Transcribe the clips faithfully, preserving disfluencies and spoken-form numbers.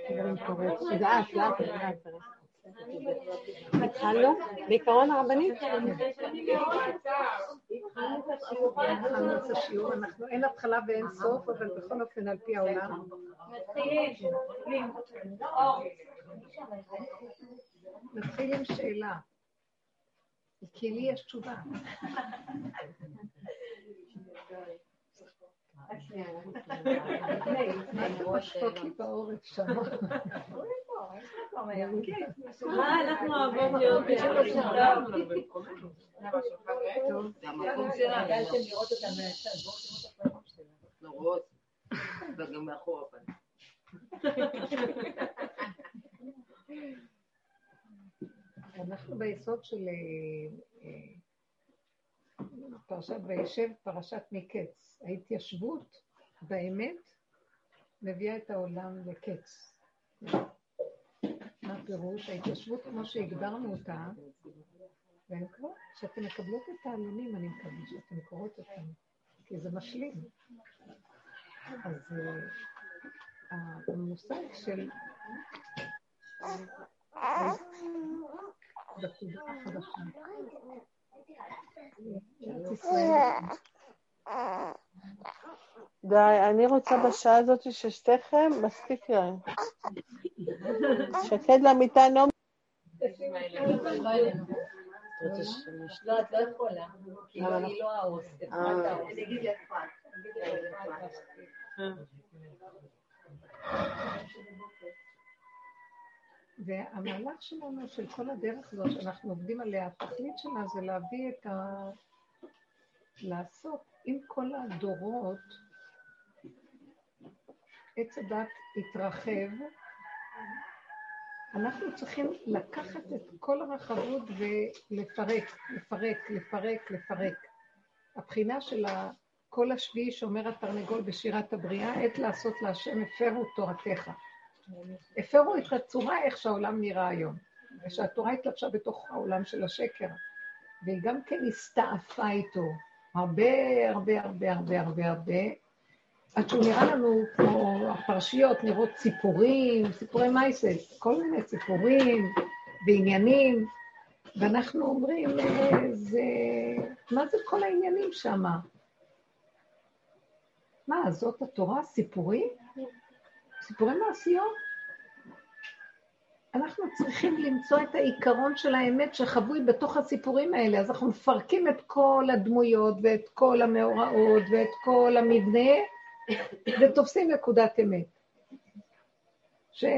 לאט, לאט, לאט. התחלנו? בעיקרון הרבנית? התחלנו את השיעור, אנחנו אין התחלה ואין סוף, אבל בכל אופן על פי העולם. נתחיל עם שאלה. כי לי יש תשובה. מה אתה משפוק לי בעורף שם? מה אנחנו אוהבות להיות בשלב? טוב. המקום שלה, גלתם לראות אותה מהצד. לא רואות, וגם מאחור הפנים. אנחנו ביסוד של פרשת וישב, פרשת מקץ. ההתיישבות באמת מביאה את העולם לקץ. מה הפירוש? ההתיישבות כמו שהגדרנו אותה, והן כבר, שאתם מקבלות את העלונים, אני מקווה שאתם קוראות אותם, כי זה משלים. אז המושג של בתודעה החדשה. די, אני רוצה בשעה הזאת ששתיכם, מספיק להם. שקד למיטה נום. לא, את לא יכולה, כי היא לא העוס. אני אגיד לאפרת. והמהלך שלנו, של כל הדרך הזאת שאנחנו עובדים עליה, התכלית שלה זה להביא את ה... לעשות עם כל הדורות, עץ הדת התרחב, אנחנו צריכים לקחת את כל הרחבות ולפרק, לפרק, לפרק, לפרק. הבחינה של הקול השביעי שאומר התרנגול בשירת הבריאה, עת לעשות להשם הפרו תורתך. הפרו את הצורה איך שהעולם נראה היום, ושהתורה התלבשה בתוך העולם של השקר, והיא גם כן הסתעפה איתו, הרבה, הרבה, הרבה, הרבה, הרבה, הרבה, עד שהוא נראה לנו כמו הפרשיות, נראות סיפורים, סיפורי מייסס, כל מיני סיפורים ועניינים, ואנחנו אומרים, זה, מה זה כל העניינים שם? מה, זאת התורה? סיפורים? סיפורי מעשיות? אנחנו צריכים למצוא את העיקרון של האמת שחבוי בתוך הסיפורים האלה, אז אנחנו מפרקים את כל הדמויות ואת כל המאורעות ואת כל המבנה, ותופסים נקודת אמת. שמה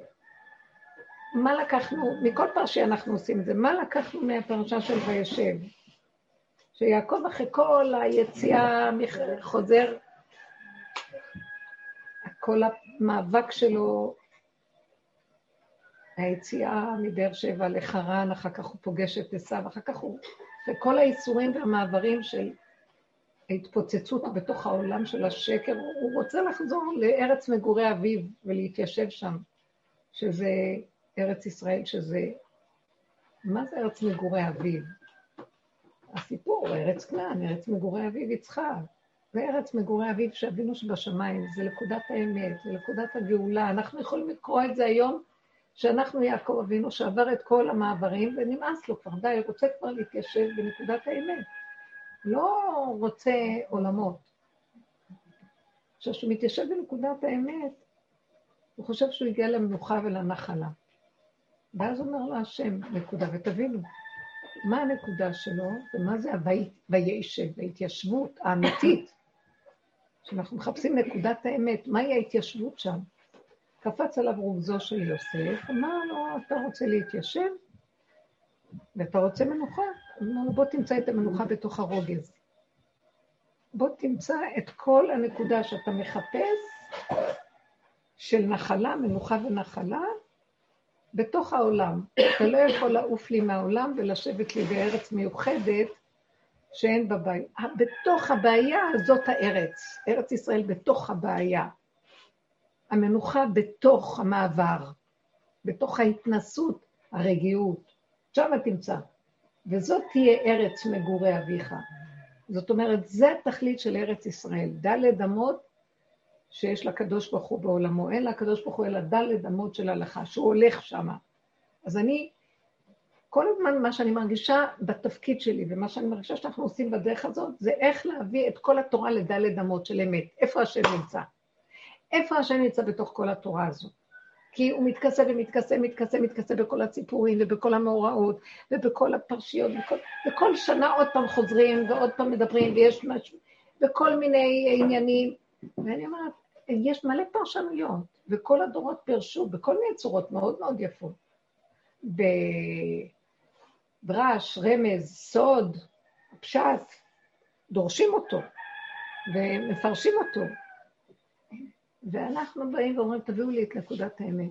לקחנו, מכל פרשי אנחנו עושים את זה, מה לקחנו מהפרשה של וישב? שיעקב אחרי כל היציאה חוזר, כל המאבק שלו, היציאה מבאר שבע לחרן, אחר כך הוא פוגש את עשיו, אחר כך הוא, וכל האיסורים והמעברים של ההתפוצצות בתוך העולם של השקר, הוא רוצה לחזור לארץ מגורי אביו ולהתיישב שם, שזה ארץ ישראל, שזה, מה זה ארץ מגורי אביו? הסיפור, ארץ כנען, ארץ מגורי אביו יצחק, זה ארץ מגורי אביו שאבינו שבשמיים, זה נקודת האמת, זה נקודת הגאולה, אנחנו יכולים לקרוא את זה היום, שאנחנו יעקב אבינו שעבר את כל המעברים, ונמאס לו כבר, די, רוצה כבר להתיישב בנקודת האמת. לא רוצה עולמות. עכשיו, כשהוא מתיישב בנקודת האמת, הוא חושב שהוא הגיע למנוחה ולנחלה. ואז אומר לו השם, נקודה, ותבינו, מה הנקודה שלו, ומה זה הוישב, ההתיישבות האמיתית, שאנחנו מחפשים נקודת האמת, מהי ההתיישבות שם? קפץ עליו רוגזו של יוסף, אמר לו, אתה רוצה להתיישב? ואתה רוצה מנוחה? אמר לו, בוא תמצא את המנוחה בתוך הרוגז. בוא תמצא את כל הנקודה שאתה מחפש, של נחלה, מנוחה ונחלה, בתוך העולם. אתה לא יכול לעוף לי מהעולם ולשבת לי בארץ מיוחדת, שאין בבית. בתוך הבעיה זאת הארץ, ארץ ישראל בתוך הבעיה. המנוחה בתוך המעבר, בתוך ההתנסות, הרגיעות. שם תמצא. וזאת תהיה ארץ מגורי אביך. זאת אומרת, זה התכלית של ארץ ישראל. ד' אמות שיש לקדוש ברוך הוא בעולמו, אין לקדוש ברוך הוא אלא דלת אמות של הלכה, שהוא הולך שם. אז אני, כל הזמן מה שאני מרגישה בתפקיד שלי, ומה שאני מרגישה שאנחנו עושים בדרך הזאת, זה איך להביא את כל התורה לדלת אמות של אמת. איפה השם נמצא? איפה השם נמצא בתוך כל התורה הזאת? כי הוא מתכסה ומתכסה, מתכסה, מתכסה בכל הציפורים ובכל המאורעות ובכל הפרשיות, וכל, וכל שנה עוד פעם חוזרים ועוד פעם מדברים ויש משהו, וכל מיני עניינים. ואני אומרת, יש מלא פרשנויות, וכל הדורות פרשו בכל מיני צורות מאוד מאוד יפות. בדרש, רמז, סוד, פשט, דורשים אותו ומפרשים אותו. ואנחנו באים ואומרים, תביאו לי את נקודת האמת.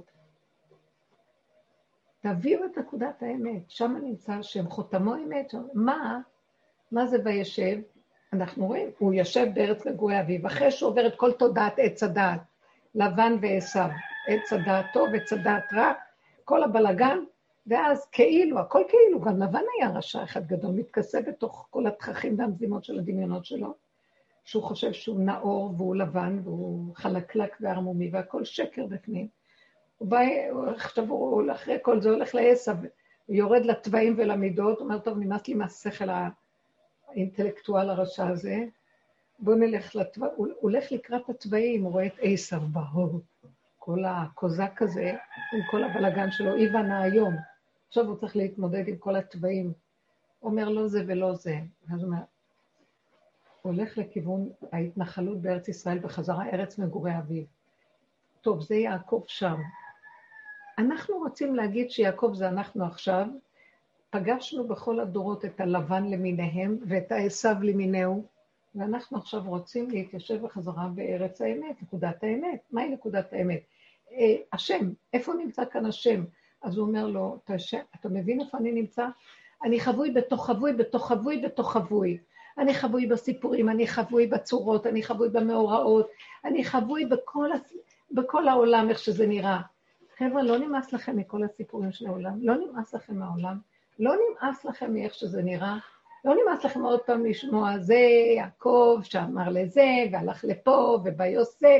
תביאו את נקודת האמת. שם נמצא השם, חותמו אמת. מה? מה זה וישב? אנחנו רואים, הוא יושב בארץ מגורי אביו, אחרי שהוא עובר את כל תודעת עץ הדעת, לבן ועשיו, עץ הדעת טוב, עץ הדעת רע, כל הבלגן, ואז כאילו, הכל כאילו, גם לבן היה רשע אחד גדול, מתכסה בתוך כל התככים והמזימות של הדמיונות שלו, שהוא חושב שהוא נאור והוא לבן והוא חלקלק והרמומי והכל שקר בפנים. הוא בא, עכשיו הוא הולך, אחרי כל זה הולך לעשיו, הוא יורד לטבעים ולמידות, הוא אומר, טוב, נמאס לי מהשכל האינטלקטואל הרשע הזה, בוא נלך לטבע, הוא הולך לקראת הטבעים, הוא רואה את עשיו בהור, כל הקוזק הזה, עם כל הבלגן שלו, איבן היום, עכשיו הוא צריך להתמודד עם כל הטבעים, הוא אומר לא זה ולא זה, אז הוא אומר, הוא הולך לכיוון ההתנחלות בארץ ישראל בחזרה ארץ מגורי אביו. טוב, זה יעקב שם. אנחנו רוצים להגיד שיעקב זה אנחנו עכשיו, פגשנו בכל הדורות את הלבן למיניהם ואת העשיו למיניהו, ואנחנו עכשיו רוצים להתיישב בחזרה בארץ האמת, נקודת האמת. מהי נקודת האמת? אה, השם, איפה נמצא כאן השם? אז הוא אומר לו, אתה, אתה מבין איפה אני נמצא? אני חבוי בתוך חבוי, בתוך חבוי, בתוך חבוי. אני חבוי בסיפורים, אני חבוי בצורות, אני חבוי במאורעות, אני חבוי בכל, בכל העולם, איך שזה נראה. חבר'ה, לא נמאס לכם מכל הסיפורים של העולם, לא נמאס לכם מהעולם, לא נמאס לכם מאיך שזה נראה, לא נמאס לכם עוד פעם לשמוע, זה יעקב שאמר לזה, והלך לפה, ובא יוסף.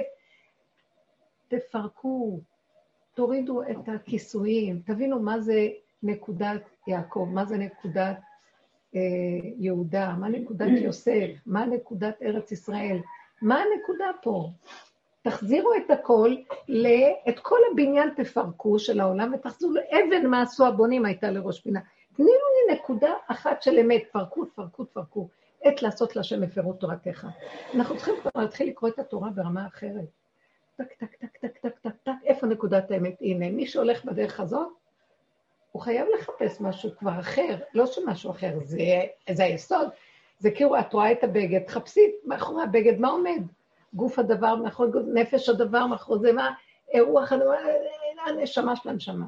תפרקו, תורידו את הכיסויים, תבינו מה זה נקודת יעקב, מה זה נקודת יהודה, מה נקודת יוסף, מה נקודת ארץ ישראל, מה הנקודה פה? תחזירו את הכל, את כל הבניין תפרקו של העולם, ותחזרו לאבן מה עשו הבונים הייתה לראש פינה. תנינו לי נקודה אחת של אמת, תפרקו, תפרקו, תפרקו, עת לעשות לשם מפירות תורתך. אנחנו צריכים כבר להתחיל לקרוא את התורה ברמה אחרת. טק, טק, טק, טק, טק, טק, טק, איפה נקודת האמת? הנה, מי שהולך בדרך הזאת, הוא חייב לחפש משהו כבר אחר, לא שמשהו אחר, זה, זה היסוד. זה כאילו, את רואה את הבגד, חפשי מאחורי הבגד, מה עומד? גוף הדבר, מאחורי נפש הדבר, מאחורי זה, מה? רוח הדבר, הנשמה של הנשמה.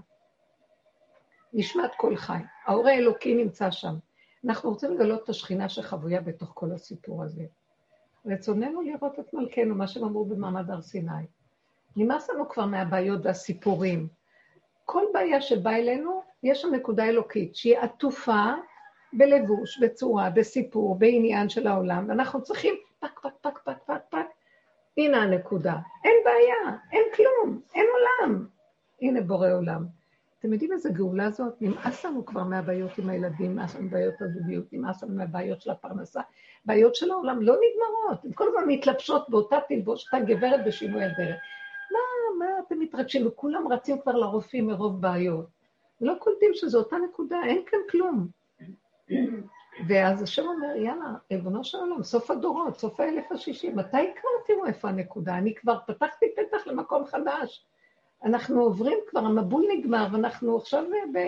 נשמת כל חי. האור האלוקי נמצא שם. אנחנו רוצים לגלות את השכינה שחבויה בתוך כל הסיפור הזה. רצוננו לראות את מלכנו, מה שהם אמרו במעמד הר סיני. נמאס לנו כבר מהבעיות והסיפורים. כל בעיה שבאה אלינו, יש שם נקודה אלוקית, שהיא עטופה בלבוש, בצורה, בסיפור, בעניין של העולם, ואנחנו צריכים פק, פק, פק, פק, פק, פק. הנה הנקודה. אין בעיה, אין כלום, אין עולם. הנה בורא עולם. אתם יודעים איזה גאולה זאת? נמאס לנו כבר מהבעיות עם הילדים, נמאס לנו מהבעיות הזוגיות, נמאס לנו מהבעיות של הפרנסה. בעיות של העולם לא נגמרות. הן כל הזמן מתלבשות באותה תלבוש, אותה גברת בשינוי הדרך. מה, מה אתם מתרגשים? וכולם רצים כבר לרופאים מרוב בעיות. לא קולטים שזו אותה נקודה, אין כאן כלום. ואז השם אומר, יאללה, ריבונו של עולם, סוף הדורות, סוף האלף השישים, מתי כבר תראו איפה הנקודה? אני כבר פתחתי פתח למקום חדש. אנחנו עוברים כבר, המבול נגמר, ואנחנו עכשיו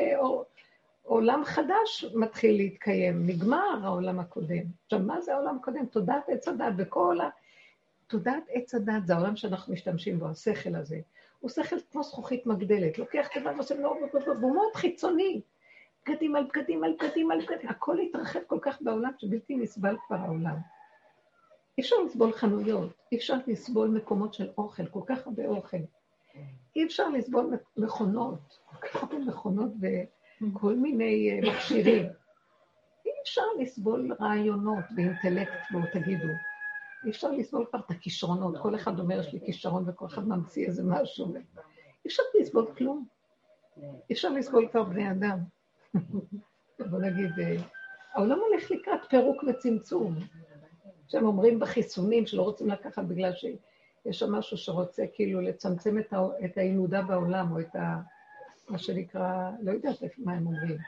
בעולם חדש מתחיל להתקיים. נגמר העולם הקודם. עכשיו, מה זה העולם הקודם? תודעת עץ הדת, בכל ה... תודעת עץ הדת, זה העולם שאנחנו משתמשים בו, השכל הזה. הוא שכל כמו זכוכית מגדלת, לוקח דבר ועושה מאוד מאוד, והוא מאוד חיצוני. בגדים על בגדים על בגדים על בגדים, הכל התרחב כל כך בעולם שבלתי נסבל כבר העולם. אי אפשר לסבול חנויות, אי אפשר לסבול מקומות של אוכל, כל כך הרבה אוכל. אי אפשר לסבול מכונות, כל כך הרבה מכונות וכל מיני מכשירים. אי אפשר לסבול רעיונות ואינטלקט, בואו תגידו. אי אפשר לסבול כבר את הכישרונות, כל אחד אומר יש לי כישרון וכל אחד ממציא איזה משהו. אי אפשר לסבול כלום. אי אפשר לסבול כבר בני אדם. בוא נגיד, העולם הולך לקראת פירוק וצמצום. שהם אומרים בחיסונים שלא רוצים לקחת בגלל שיש שם משהו שרוצה כאילו לצמצם את הילודה בעולם, או את ה... מה שנקרא, לא יודעת מה הם אומרים.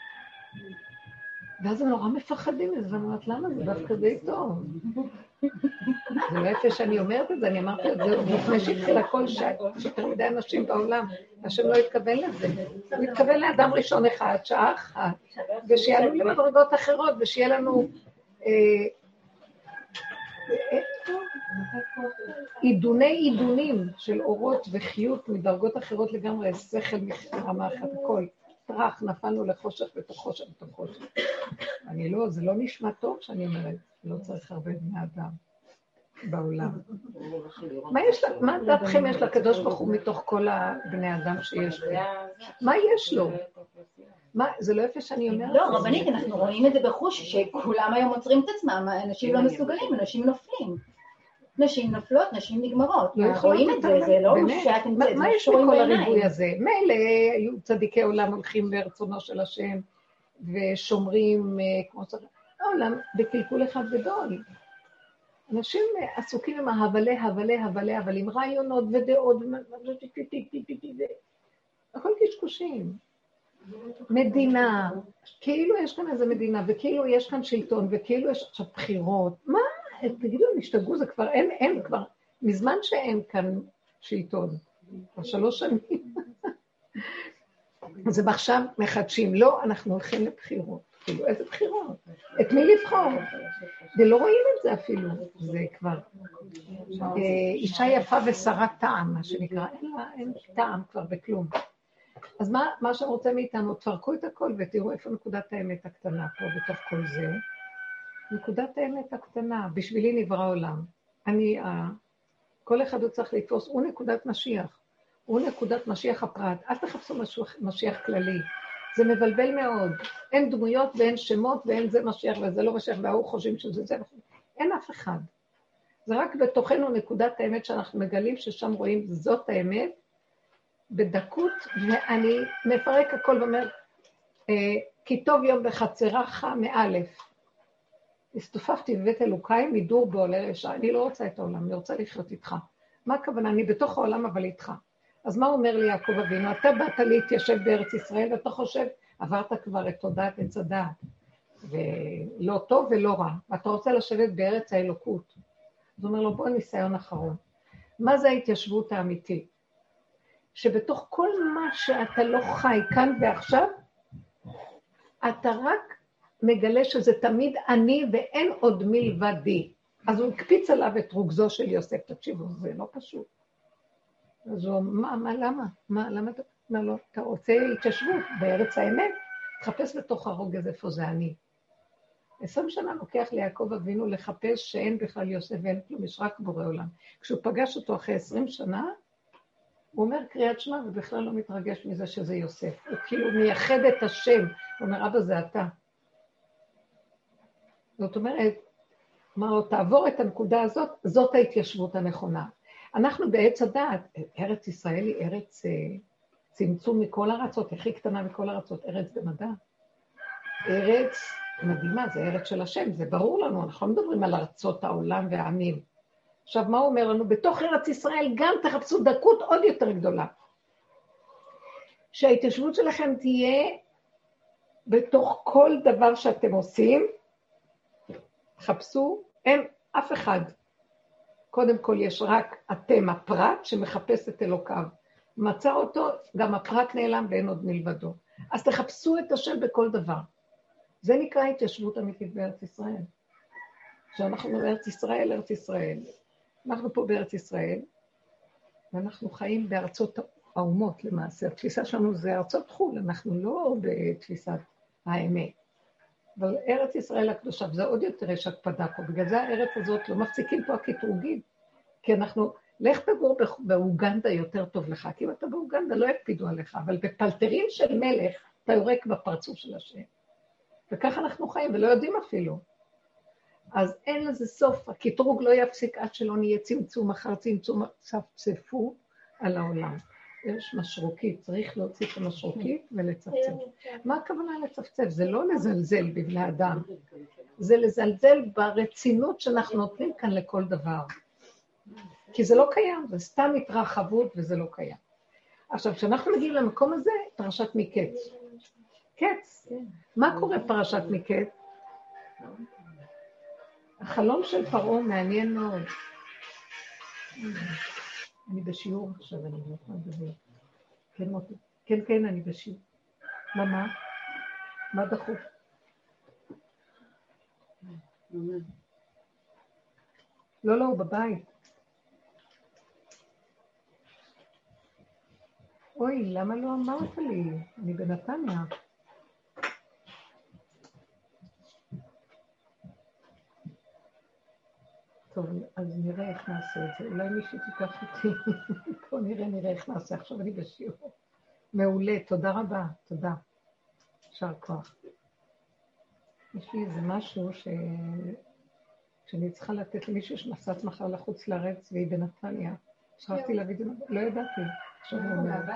ואז הם נורא מפחדים מזה, ואני אומרת, למה זה דווקא די טוב? זה לא יפה שאני אומרת את זה, אני אמרתי את זה לפני שהתחיל הכל שיותר מדי אנשים בעולם, השם לא התכוון לזה. הוא התכוון לאדם ראשון אחד, שעה אחת, ושיעלו למדרגות אחרות, ושיהיה לנו עידוני עידונים של אורות וחיות מדרגות אחרות לגמרי, שכל מרמה אחת, הכל. טרח, נפלנו לחושך בתוך חושך בתוך חושך. אני לא, זה לא נשמע טוב שאני אומרת, לא צריך הרבה בני אדם בעולם. מה יש לה, מה דעתכם יש לקדוש ברוך הוא מתוך כל הבני אדם שיש לו? מה יש לו? מה, זה לא יפה שאני אומרת? לא, רבנית, אנחנו רואים את זה בחוש, שכולם היום עוצרים את עצמם, אנשים לא מסוגלים, אנשים נופלים. נשים נפלות, נשים נגמרות. רואים את זה, זה לא שאתם... מה יש בכל הריבוי הזה? מילא היו צדיקי עולם הולכים ברצונו של השם, ושומרים כמו צריך... העולם בקלקול אחד גדול. אנשים עסוקים עם ההבלה, הבלה, הבלה, אבל עם רעיונות ודעות, הכל קשקושים. מדינה, כאילו יש כאן איזה מדינה, וכאילו יש כאן שלטון, וכאילו יש עכשיו בחירות. מה? תגידו, נשתגעו, זה כבר, אין, אין כבר, מזמן שאין כאן שלטון, כבר שלוש שנים. אז עכשיו מחדשים, לא, אנחנו הולכים לבחירות. כאילו, איזה בחירות? את מי לבחור? ולא רואים את זה אפילו, זה כבר. אישה יפה ושרת טעם, מה שנקרא, אין לה, אין טעם כבר בכלום. אז מה, מה שאני רוצה מאיתנו, תפרקו את הכל ותראו איפה נקודת האמת הקטנה פה בתוך כל זה. נקודת האמת הקטנה, בשבילי נברא עולם. אני, כל אחד הוא צריך לתפוס, הוא נקודת משיח. הוא נקודת משיח הפרט. אל תחפשו משיח, משיח כללי. זה מבלבל מאוד. אין דמויות ואין שמות ואין זה משיח וזה לא משיח, והוא חושבים שזה זה. אין אף אחד. זה רק בתוכנו נקודת האמת שאנחנו מגלים ששם רואים זאת האמת, בדקות, ואני מפרק הכל ואומר, כי טוב יום בחצרך מאלף. הסתופפתי בבית אלוקיי מדור בעולה רשע. אני לא רוצה את העולם, אני רוצה לחיות איתך. מה הכוונה? אני בתוך העולם אבל איתך. אז מה אומר לי יעקב אבינו? אתה באת להתיישב בארץ ישראל, ואתה חושב, עברת כבר את תודעת עץ הדעת, ולא טוב ולא רע, ואתה רוצה לשבת בארץ האלוקות. אז הוא אומר לו, בוא ניסיון אחרון. מה זה ההתיישבות האמיתית? שבתוך כל מה שאתה לא חי כאן ועכשיו, אתה רק מגלה שזה תמיד אני ואין עוד מלבדי. אז הוא הקפיץ עליו את רוגזו של יוסף, תקשיבו, זה לא פשוט. אז הוא, מה, מה, למה? מה, למה אתה, מה לא? אתה רוצה התיישבות בארץ האמת? תחפש בתוך הרוגז איפה זה אני. עשרים שנה לוקח ליעקב אבינו לחפש שאין בכלל יוסף ואין כלום, יש רק בורא עולם. כשהוא פגש אותו אחרי עשרים שנה, הוא אומר קריאת שמע ובכלל לא מתרגש מזה שזה יוסף. הוא כאילו מייחד את השם, הוא אומר, אבא זה אתה. זאת אומרת, אמר לו, תעבור את הנקודה הזאת, זאת ההתיישבות הנכונה. אנחנו בעץ הדעת, ארץ ישראל היא ארץ צמצום מכל ארצות, הכי קטנה מכל ארצות, ארץ במדע. ארץ מדהימה, זה ארץ של השם, זה ברור לנו, אנחנו לא מדברים על ארצות העולם והעמים. עכשיו, מה הוא אומר לנו? בתוך ארץ ישראל גם תחפשו דקות עוד יותר גדולה. שההתיישבות שלכם תהיה בתוך כל דבר שאתם עושים, חפשו, אין אף אחד. קודם כל יש רק אתם הפרט שמחפש את אלוקיו. מצא אותו, גם הפרט נעלם ואין עוד מלבדו. אז תחפשו את השם בכל דבר. זה נקרא התיישבות אמיתית בארץ ישראל. שאנחנו בארץ ישראל, ארץ ישראל. אנחנו פה בארץ ישראל, ואנחנו חיים בארצות האומות למעשה. התפיסה שלנו זה ארצות חול, אנחנו לא בתפיסת האמת. אבל ארץ ישראל הקדושה, וזה עוד יותר יש הקפדה פה, בגלל זה הארץ הזאת לא מפסיקים פה הקטרוגים, כי אנחנו, לך תגור באוגנדה יותר טוב לך, כי אם אתה באוגנדה לא יקפידו עליך, אבל בפלטרים של מלך אתה יורק בפרצוף של השם. וכך אנחנו חיים ולא יודעים אפילו. אז אין לזה סוף, הקטרוג לא יפסיק עד שלא נהיה צמצום אחר צמצום, צפצפו על העולם. יש משרוקית, צריך להוציא את המשרוקית ולצפצף. מה הכוונה לצפצף? זה לא לזלזל בבני אדם, זה לזלזל ברצינות שאנחנו נותנים כאן לכל דבר. כי זה לא קיים, זה סתם התרחבות וזה לא קיים. עכשיו, כשאנחנו מגיעים למקום הזה, פרשת מקץ. קץ. מה קורה פרשת מקץ? החלום של פרעה מעניין מאוד. אני בשיעור עכשיו, אני לא יכולה לדבר. כן, מוטי. כן, כן, אני בשיעור. מה, מה? מה דחוף? לא, לא, הוא בבית. אוי, למה לא אמרת לי? אני בנתניה. טוב, אז נראה איך נעשה את זה. אולי מישהו תיקח אותי. בוא נראה, נראה איך נעשה. עכשיו אני בשיעור. מעולה, תודה רבה, תודה. שר כוח. יש לי איזה משהו ש... שאני צריכה לתת למישהו שנסעת מחר לחוץ לארץ והיא בנתניה. שכחתי להגיד, לא ידעתי. עכשיו אני אומרת.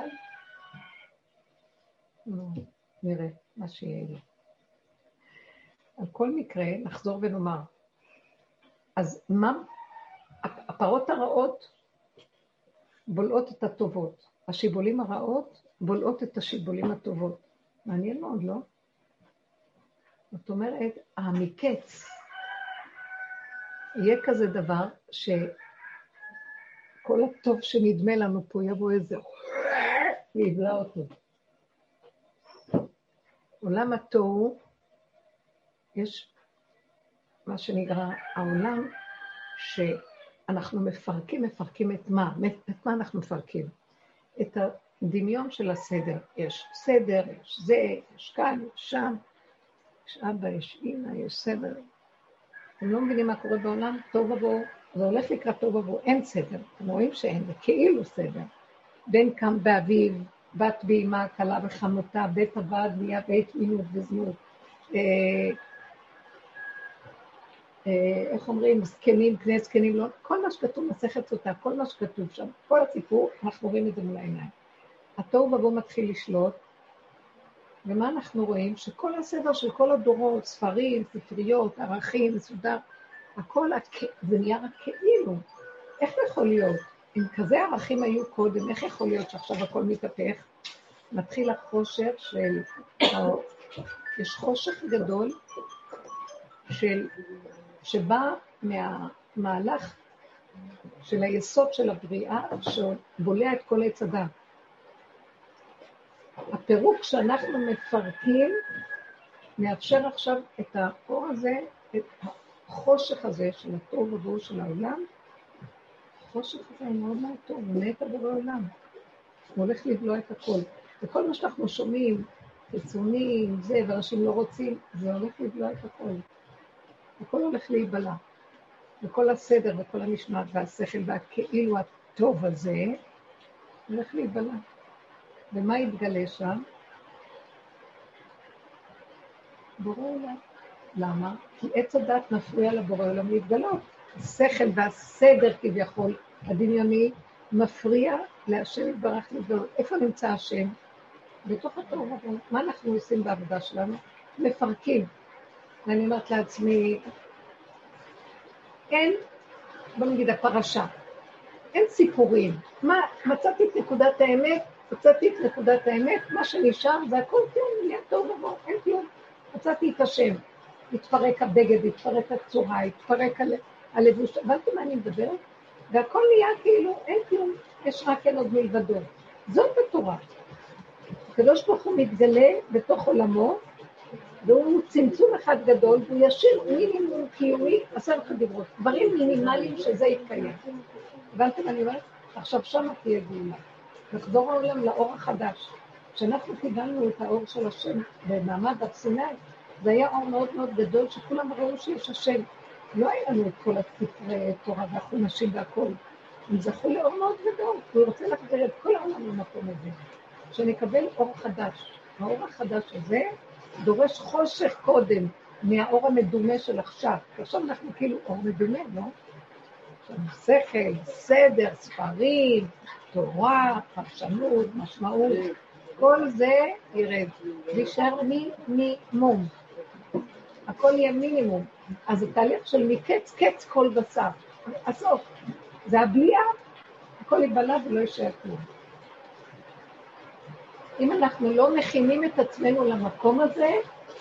נראה מה שיהיה לי. על כל מקרה, נחזור ונאמר. אז מה? הפרות הרעות בולעות את הטובות. השיבולים הרעות בולעות את השיבולים הטובות. מעניין מאוד, לא? זאת אומרת, המקץ יהיה כזה דבר שכל הטוב שנדמה לנו פה יבוא איזה ויבלע אותו. עולם התוהו, יש מה שנקרא העולם שאנחנו מפרקים, מפרקים את מה? את מה אנחנו מפרקים? את הדמיון של הסדר. יש סדר, יש זה, יש כאן, יש שם, יש אבא, יש אמא, יש סדר. אתם לא מבינים מה קורה בעולם? טוב ובוא, זה הולך לקראת טוב ובוא, אין סדר. אתם רואים שאין, זה כאילו סדר. בן קם באביו, בת באמא, כלה וחמותה, בית הוועד נהיה בית מינות וזנות. אה, אה, איך אומרים? זקנים, פני זקנים, לא, כל מה שכתוב, מסכת סוטה, כל מה שכתוב שם, כל הסיפור, אנחנו רואים את זה מול העיניים. התוהו ובוא מתחיל לשלוט, ומה אנחנו רואים? שכל הסדר של כל הדורות, ספרים, ספריות, ערכים, מסודר, הכל זה נהיה רק כאילו. איך יכול להיות? אם כזה ערכים היו קודם, איך יכול להיות שעכשיו הכל מתהפך? מתחיל החושך של... יש חושך גדול של... שבא מהמהלך של היסוד של הבריאה, שבולע את כל עץ הדת. הפירוק שאנחנו מפרקים, מאפשר עכשיו את האור הזה, את החושך הזה של הטוב ובוא של העולם. החושך הזה הוא מאוד מאוד טוב, הוא נהיית בורא עולם. הוא הולך לבלוע את הכל. וכל מה שאנחנו שומעים, חיצונים, זה, ואנשים לא רוצים, זה הולך לבלוע את הכל. הכל הולך להיבלע. וכל הסדר וכל המשמעת והשכל והכאילו הטוב הזה, הולך להיבלע. ומה יתגלה שם? בורא עולם. למה? כי עץ הדת מפריע לבורא עולם להתגלות. השכל והסדר כביכול הדמיוני מפריע להשם יתברך להתגלות. איפה נמצא השם? בתוך התורה. מה אנחנו עושים בעבודה שלנו? מפרקים. ואני אומרת לעצמי, אין, בוא נגיד הפרשה, אין סיפורים. מה, מצאתי את נקודת האמת, מצאתי את נקודת האמת, מה שנשאר זה הכל כלום, נהיה טוב ובוא, אין כלום. מצאתי את השם, התפרק הבגד, התפרק הצורה, התפרק הלבוש, הבנתי מה אני מדברת? והכל נהיה כאילו, אין כלום, יש רק אין עוד מלבדו. זאת התורה. הקדוש ברוך הוא מתגלה בתוך עולמו, והוא צמצום אחד גדול, והוא ישיר מינימום קיומי, עשרת דיברות, דברים מינימליים שזה יתקיים. הבנתם אני אומרת? עכשיו שמה תהיה גאולה. נחזור העולם לאור החדש. כשאנחנו קיבלנו את האור של השם במעמד הר סיני, זה היה אור מאוד מאוד גדול, שכולם ראו שיש השם. לא היה לנו את כל הספרי תורה והחומשים והכל. הם זכו לאור מאוד גדול, והוא רוצה להחזיר את כל העולם למקום הזה. שנקבל אור חדש. האור החדש הזה דורש חושך קודם. מהאור המדומה של עכשיו. עכשיו אנחנו כאילו אור מדומה, לא? שכל, סדר, ספרים, תורה, פרשנות, משמעות, כל זה ירד. להישאר מינימום. הכל יהיה מינימום. אז זה תהליך של מקץ קץ כל בשר. הסוף. זה הבליעה, הכל יבלע ולא יישאר כלום. אם אנחנו לא מכינים את עצמנו למקום הזה,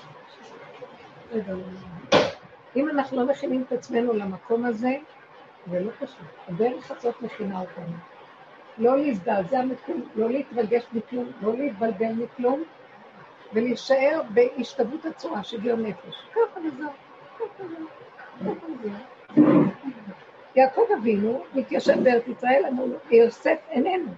אם אנחנו לא מכינים את עצמנו למקום הזה, זה לא פשוט. הדרך הזאת מכינה אותנו. לא להזדעזע מכלום, לא להתרגש מכלום, לא להתבלבל מכלום, ולהישאר בהשתוות הצורה, שוויון נפש. ככה וזהו, ככה וזהו, ככה וזהו. יעקב אבינו מתיישב בארץ ישראל, אמרו לו, יוסף איננו.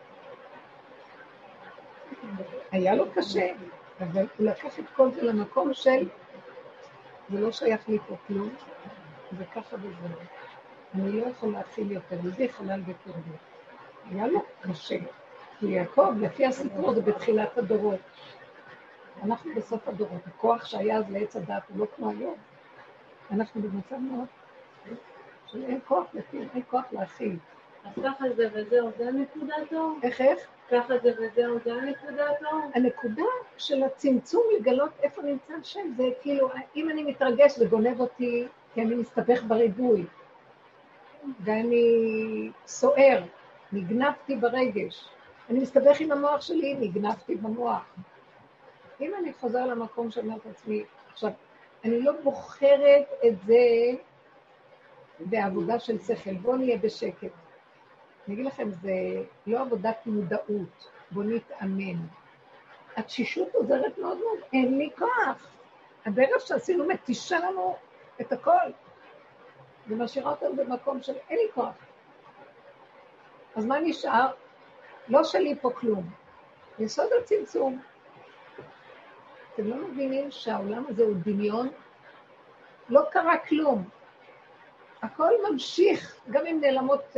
היה לו קשה, אבל הוא לקח את כל זה למקום של, זה לא שייך לי פה כלום, וככה וזהו. אני לא יכול להכיל יותר, ליבי חלל בקרבי. היה לו קשה, כי יעקב, לפי הסיפור, זה בתחילת הדורות. אנחנו בסוף הדורות. הכוח שהיה אז לעץ הדת הוא לא כמו היום. אנחנו במצב מאוד שאין כוח להכיל, אין כוח להכיל. אז ככה זה וזהו, זה נקודת אור? איך איך? ככה זה וזהו, זה נקודת אור? הנקודה של הצמצום לגלות איפה נמצא השם, זה כאילו, אם אני מתרגש זה גונב אותי, כי אני מסתבך בריבוי. ואני סוער, נגנבתי ברגש. אני מסתבך עם המוח שלי, נגנבתי במוח. אם אני חוזר למקום שאומר את עצמי, עכשיו, אני לא בוחרת את זה בעבודה של שכל, בוא נהיה בשקט. אני אגיד לכם, זה לא עבודת מודעות, בוא נתאמן. התשישות עוזרת מאוד מאוד, אין לי כוח. הדרך שעשינו מתישה לנו את הכל. ומשאירה אותנו במקום של אין לי כוח. אז מה נשאר? לא שלי פה כלום. יסוד הצמצום. אתם לא מבינים שהעולם הזה הוא דמיון? לא קרה כלום. הכל ממשיך, גם אם נעלמות אה,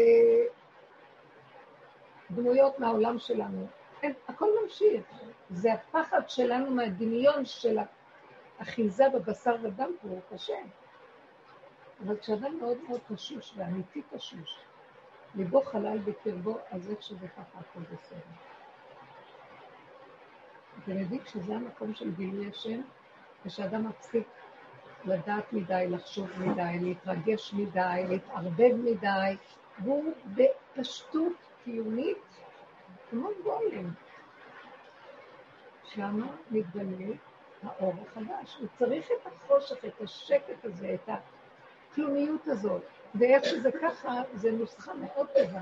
דמויות מהעולם שלנו. אין, הכל ממשיך. זה הפחד שלנו מהדמיון של האחיזה בבשר ודם פה, הוא קשה. אבל כשאדם מאוד מאוד תשוש, ואמיתי תשוש, ליבו חלל בקרבו, אז איך שזה ככה הכל בסדר. אתם יודעים שזה המקום של גילוי השם, ושאדם מפסיק לדעת מדי, לחשוב מדי, להתרגש מדי, להתערבב מדי, והוא בפשטות קיומית, כמו גולם. שמה מתגלה האור החדש. הוא צריך את החושך, את השקט הזה, את הכלומיות הזאת. ואיך שזה ככה, זה נוסחה מאוד טובה.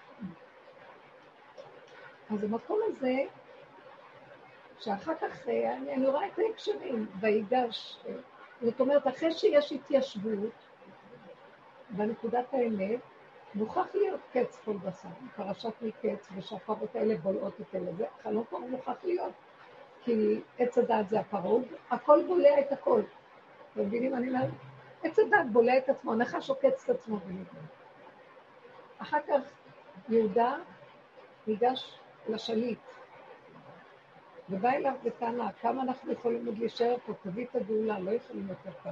אז המקום הזה, שאחר כך, אני, אני רואה את ההקשרים, ויגש, זאת אומרת, אחרי שיש התיישבות, בנקודת האמת, מוכרח להיות קץ כל בשר, פרשת מקץ, ושהפרות האלה בולעות את אלה, זה חלום כבר מוכרח להיות, כי עץ הדעת זה הפרות, הכל בולע את הכל. אתם מבינים, אני אומרת, עץ הדעת בולע את עצמו, נחש עוקץ את עצמו בניגוד. אחר כך יהודה ניגש לשליט, ובא אליו בטענה, כמה אנחנו יכולים עוד להישאר פה, תביא את הגאולה, לא יכולים יותר ככה.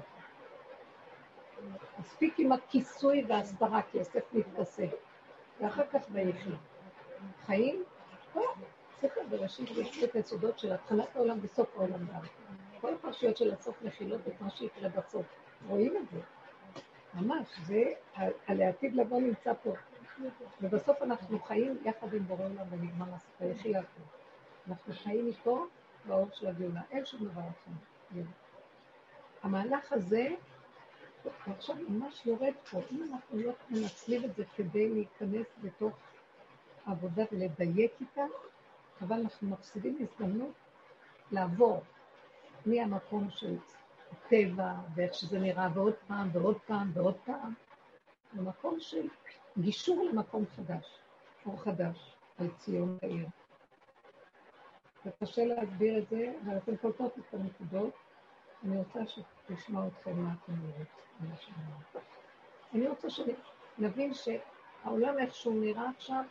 מספיק עם הכיסוי והסתרה, כי יוסף מתכסה. ואחר כך ביחי. חיים? ספר בראשית יש את היסודות של התחלת העולם וסוף העולם גם. כל הפרשיות של הסוף מכילות את מה שיקרה בסוף. רואים את זה. ממש, זה על העתיד לבוא נמצא פה. ובסוף אנחנו חיים יחד עם בורא עולם ונגמר הסוף. היחי יעקב. אנחנו חיים איתו באור של הגאולה. אין שום דבר אחר. המהלך הזה, עכשיו ממש יורד פה. אם אנחנו לא מנצלים את זה כדי להיכנס בתוך העבודה ולדייק איתה, אבל אנחנו מפסידים הזדמנות לעבור מהמקום של הטבע ואיך שזה נראה ועוד פעם ועוד פעם ועוד פעם, למקום של גישור למקום חדש, אור חדש על ציון העיר. זה קשה להסביר את זה, אבל אתם קולטות את הנקודות. אני רוצה שתשמע אתכם מה אתם אומרים. אני רוצה שנבין שהעולם איכשהו נראה עכשיו,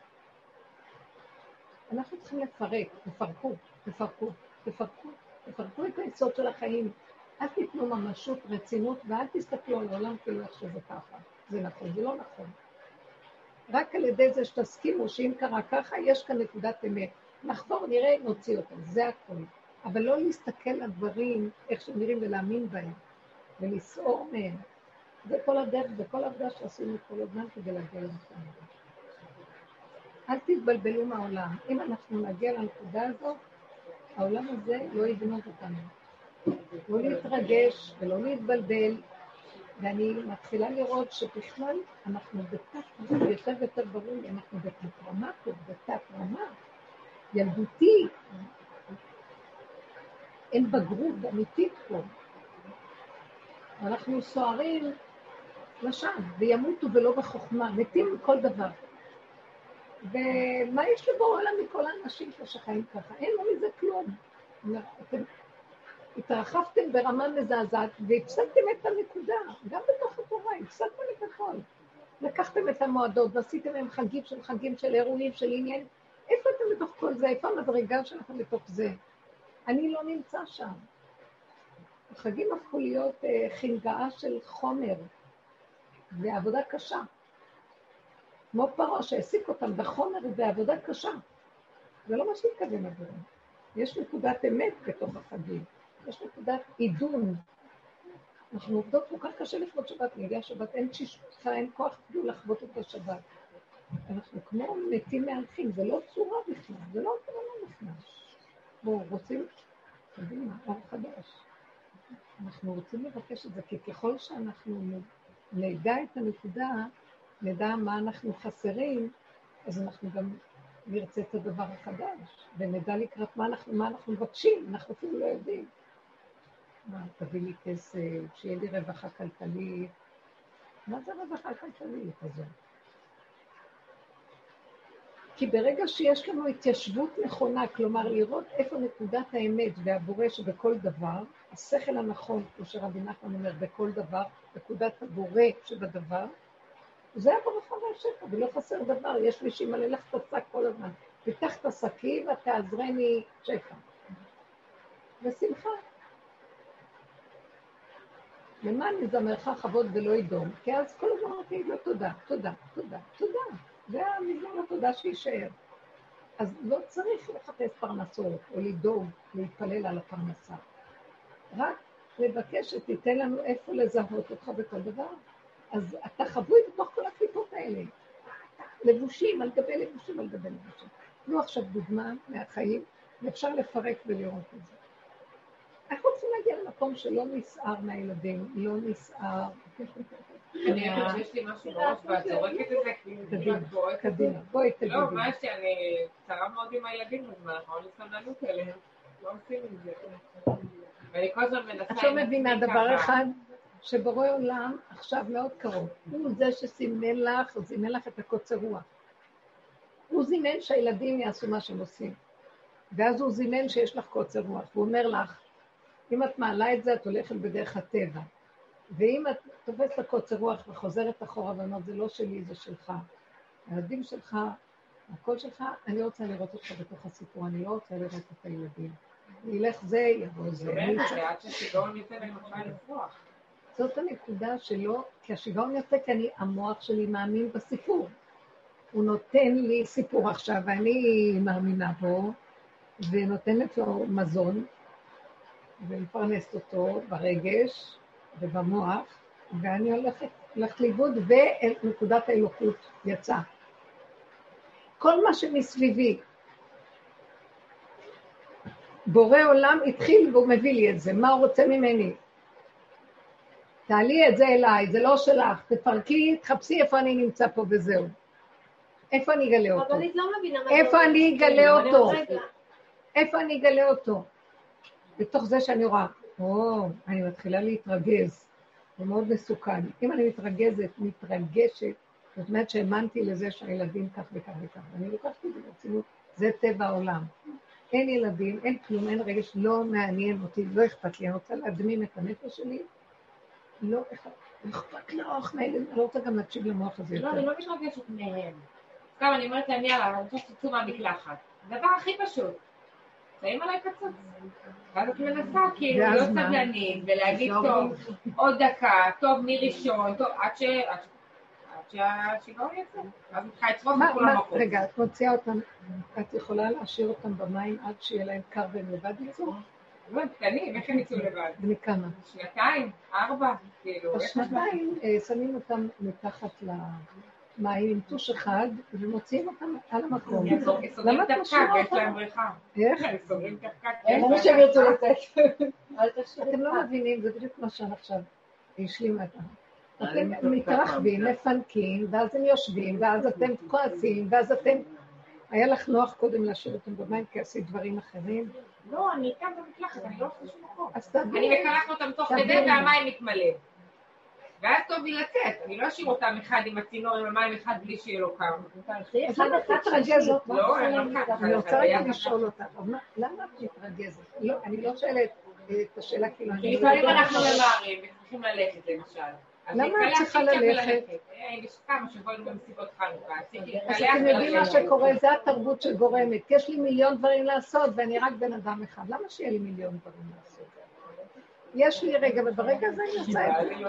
אנחנו צריכים לפרק, לפרקו, לפרקו, לפרקו, לפרקו את היסוד של החיים. אל תיתנו ממשות, רצינות, ואל תסתכלו על העולם כאילו איך שזה ככה. זה נכון, זה לא נכון. רק על ידי זה שתסכימו שאם קרה ככה, יש כאן נקודת אמת. נחזור, נראה, נוציא אותם, זה הכל. אבל לא להסתכל על דברים, איך שהם נראים ולהאמין בהם, ולסעור מהם. זה כל הדרך, זה כל העבודה שעשינו כל הזמן כדי להגיע לנקודה. אל תתבלבלו מהעולם. אם אנחנו נגיע לנקודה הזאת, העולם הזה לא יגנוב אותנו. לא להתרגש ולא להתבלבל, ואני מתחילה לראות שבכלל אנחנו בתת, יותר ויותר ברור, אנחנו בתת רמה פה, בתת רמה, ילדותי, אין בגרות אמיתית פה. אנחנו סוערים לשם, וימותו ולא בחוכמה, מתים מכל דבר. ומה יש לבוא עליהם מכל האנשים שחיים ככה? אין לו מזה כלום. אתם התרחבתם ברמה מזעזעת והפסקתם את הנקודה, גם בתוך התורה, הפסקתם את הכל. לקחתם את המועדות ועשיתם הם חגים של חגים של אירועים של עניין. איפה אתם בתוך כל זה? איפה המדרגה שלכם בתוך זה? אני לא נמצא שם. החגים הפכו להיות אה, חנגאה של חומר ועבודה קשה. כמו פרעה שהעסיק אותם בחומר ובעבודה קשה. זה לא מה שהתכוון עבורם. יש נקודת אמת בתוך החגים. יש נקודת עידון. אנחנו עובדות כל כך קשה לפנות שבת, נגיע שבת, אין תשישות, אין כוח אפילו לחוות את השבת. אנחנו כמו מתים מהלכים, זה לא צורה בכלל, זה לא צורה לא בכלל. בואו, רוצים, תביאו מה, אור חדש. אנחנו רוצים לבקש את זה, כי ככל שאנחנו נדע את הנקודה, נדע מה אנחנו חסרים, אז אנחנו גם נרצה את הדבר החדש, ונדע לקראת מה אנחנו, מה אנחנו מבקשים, אנחנו אפילו לא יודעים. מה, תביא לי כסף, שיהיה לי רווחה כלכלית. מה זה רווחה כלכלית הזאת? כי ברגע שיש לנו התיישבות נכונה, כלומר לראות איפה נקודת האמת והבורא שבכל דבר, השכל הנכון, כמו שרבי נחמן אומר, בכל דבר, נקודת הבורא שבדבר, זה הברכה והשפע, ולא חסר דבר, יש לי שימלא לך את השק כל הזמן. פיתח את השקי ותעזרני שפע. ושמחה. למען יזמרך כבוד ולא ידום, כי אז כל הזמן אמרתי לו תודה, תודה, תודה, תודה. זה המזמור התודה שישאר. אז לא צריך לחפש פרנסות או לדאוג, להתפלל על הפרנסה. רק לבקש שתיתן לנו איפה לזהות אותך בכל דבר. אז אתה חבוי בתוך כל הקליפות האלה. לבושים על גבי לבושים על גבי לבושים. נו עכשיו דוגמה מהחיים, ואפשר לפרק ולראות את זה. אנחנו רוצים להגיע למקום שלא נסער מהילדים, לא נסער. אני חושבת שיש לי משהו בראש ואת זורקת את זה, כאילו את זורקת את זה. קדימה, בואי תגידי. לא, מה יש לי, אני קצרה מאוד עם הילדים בזמן, אנחנו לא סמלנות אליהם, לא עושים עם זה. ואני כל הזמן מנסה... את לא מבינה דבר אחד, שבורא עולם עכשיו מאוד קרוב. הוא זה שסימן לך, הוא זימן לך את הקוצר רוח. הוא זימן שהילדים יעשו מה שהם עושים. ואז הוא זימן שיש לך קוצר רוח. הוא אומר לך, אם את מעלה את זה, את הולכת בדרך הטבע. ואם את תופסת הקוצר רוח וחוזרת אחורה ואומרת, זה לא שלי, זה שלך. הילדים שלך, הכל שלך, אני רוצה לראות אותך בתוך הסיפור, אני לא רוצה לראות את הילדים. ילך זה, יבוא זה. באמת, עד ששיגעון יוצא ואני מתחילה לפרוח. זאת הנקודה שלו, כי השיגעון יוצא, כי אני, המוח שלי מאמין בסיפור. הוא נותן לי סיפור עכשיו, ואני מאמינה בו, ונותנת לו מזון, ומפרנסת אותו ברגש ובמוח, ואני הולכת, הולכת לאיבוד, ונקודת האלוקות יצאה. כל מה שמסביבי, בורא עולם התחיל והוא מביא לי את זה, מה הוא רוצה ממני? תעלי את זה אליי, זה לא שלך, תפרקי, תחפשי איפה אני נמצא פה וזהו. איפה אני אגלה אותו? אבל את לא מבינה מה... איפה אני אגלה אותו? איפה אני אגלה אותו? בתוך זה שאני רואה, או, אני מתחילה להתרגז, זה מאוד מסוכן. אם אני מתרגזת, מתרגשת, זאת אומרת שהאמנתי לזה שהילדים כך וכך וכך. אני לוקחתי את זה ברצינות, זה טבע העולם. אין ילדים, אין כלום, אין רגש, לא מעניין אותי, לא אכפת לי, אני רוצה להדמים את הנפש שלי, לא אכפת לאוח מהילדים, אני לא רוצה גם להקשיב למוח הזה יותר. לא, אני לא מתרגשת מהם. סתם, אני אומרת להם, יאללה, אני רוצה שתצאו מהמקלחת. דבר הכי פשוט. שמים עליי קצוץ. ואז את מנסה כאילו להיות סבלנית ולהגיד טוב, עוד דקה, טוב מראשון, טוב, עד ש... עד שהשיגעון יצא. אז מתחילה לצפות לכולם מקום. רגע, את מוציאה אותם, את יכולה להשאיר אותם במים עד שיהיה להם קר והם לבד יצאו? לא, הם קטנים, איך הם יצאו לבד? ומכמה? שנתיים, ארבע, כאילו. בשנתיים שמים אותם מתחת למים עם טוש אחד ומוציאים אותם על המקום. הם סוגרים את הפקק ויש להם בריכה. איך? הם סוגרים את הפקק. למה שהם ירצו לצאת? אתם לא מבינים, זה בדיוק מה שעכשיו השלימה את זה. אתם מתרחבים, מפנקים, ואז הם יושבים, ואז אתם כועסים, ואז אתם... היה לך נוח קודם להשאיר אותם במים, כי עשית דברים אחרים? לא, אני כאן במקלחת, אני לא עושה שום מקום. אני מקלחת אותם תוך כדי והמים מתמלא. ואז טוב לי לצאת, אני לא אשאיר אותם אחד עם הצינור, עם המים אחד בלי שיהיה לו קר. אז למה את מתרגזת? לא, אני לא מתרגזת. אני רוצה רק לשאול אותך, למה את מתרגזת? אני לא שואלת את השאלה כאילו... כי לפעמים אנחנו ממהרים וצריכים ללכת למשל. למה את צריכה ללכת? יש כמה שבועים במסיבות חנוכה. אז אתם יודעים מה שקורה, זה התרבות שגורמת. יש לי מיליון דברים לעשות ואני רק בן אדם אחד. למה שיהיה לי מיליון דברים לעשות? יש לי רגע, וברגע הזה אני עושה את זה.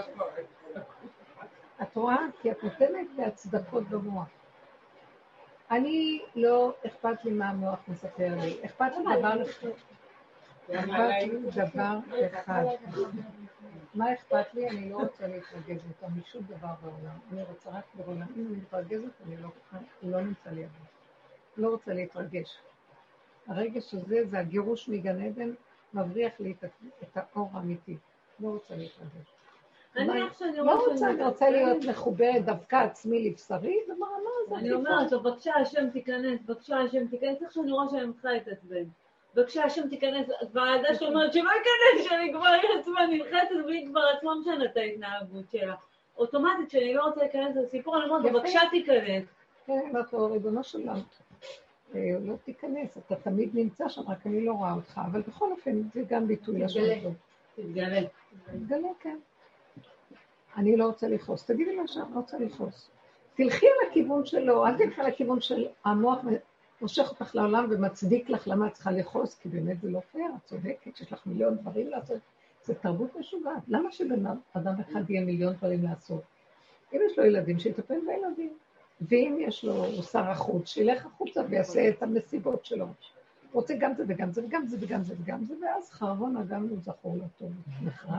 את רואה? כי את נותנת להצדקות במוח. אני לא אכפת לי מה המוח מספר לי. אכפת לי דבר אחד. אכפת לי דבר אחד. מה אכפת לי? אני לא רוצה להתרגז אותה משום דבר בעולם. אני רוצה רק בעולם. אם אני מתרגזת, אני לא, לא נמצא לי עבור. לא רוצה להתרגש. הרגש הזה, זה הגירוש מגן עדן, מבריח לי את, את האור האמיתי. לא רוצה להתרגש. אני עכשיו אני לא רוצה, אני רוצה להיות מחוברת דווקא עצמי לבשרי, וברמה הזאת. אני אומרת לו, בבקשה השם תיכנס, בבקשה השם תיכנס, איך שאני רואה שאני מתחילה להתעצבן. בבקשה השם תיכנס, והעדה שאומרת שלא ייכנס, שאני כבר עצמה נלחצת והיא כבר עצמה משנה את ההתנהגות שלה. אוטומטית שאני לא רוצה להיכנס לסיפור, אני אומרת, בבקשה תיכנס. כן, אמרת לו, ריבונו של עולם, לא תיכנס, אתה תמיד נמצא שם, רק אני לא רואה אותך, אבל בכל אופן זה גם ביטוי לשם. תתגלה. תתגלה, כן. אני לא רוצה לכעוס, תגידי מה שאני לא רוצה לכעוס. תלכי על הכיוון שלו, אל תלכי על הכיוון של המוח מושך אותך לעולם ומצדיק לך למה את צריכה לכעוס, כי באמת זה לא פייר, את צודקת, שיש לך מיליון דברים לעשות. זה תרבות משוגעת. למה שבן אדם אחד יהיה מיליון דברים לעשות? אם יש לו ילדים, שיטפל בילדים. ואם יש לו שר החוץ, שילך החוצה ויעשה את המסיבות שלו. רוצה גם זה וגם זה וגם זה וגם זה וגם זה, ואז חרבון אגם לא זכור לו טוב, נחרב.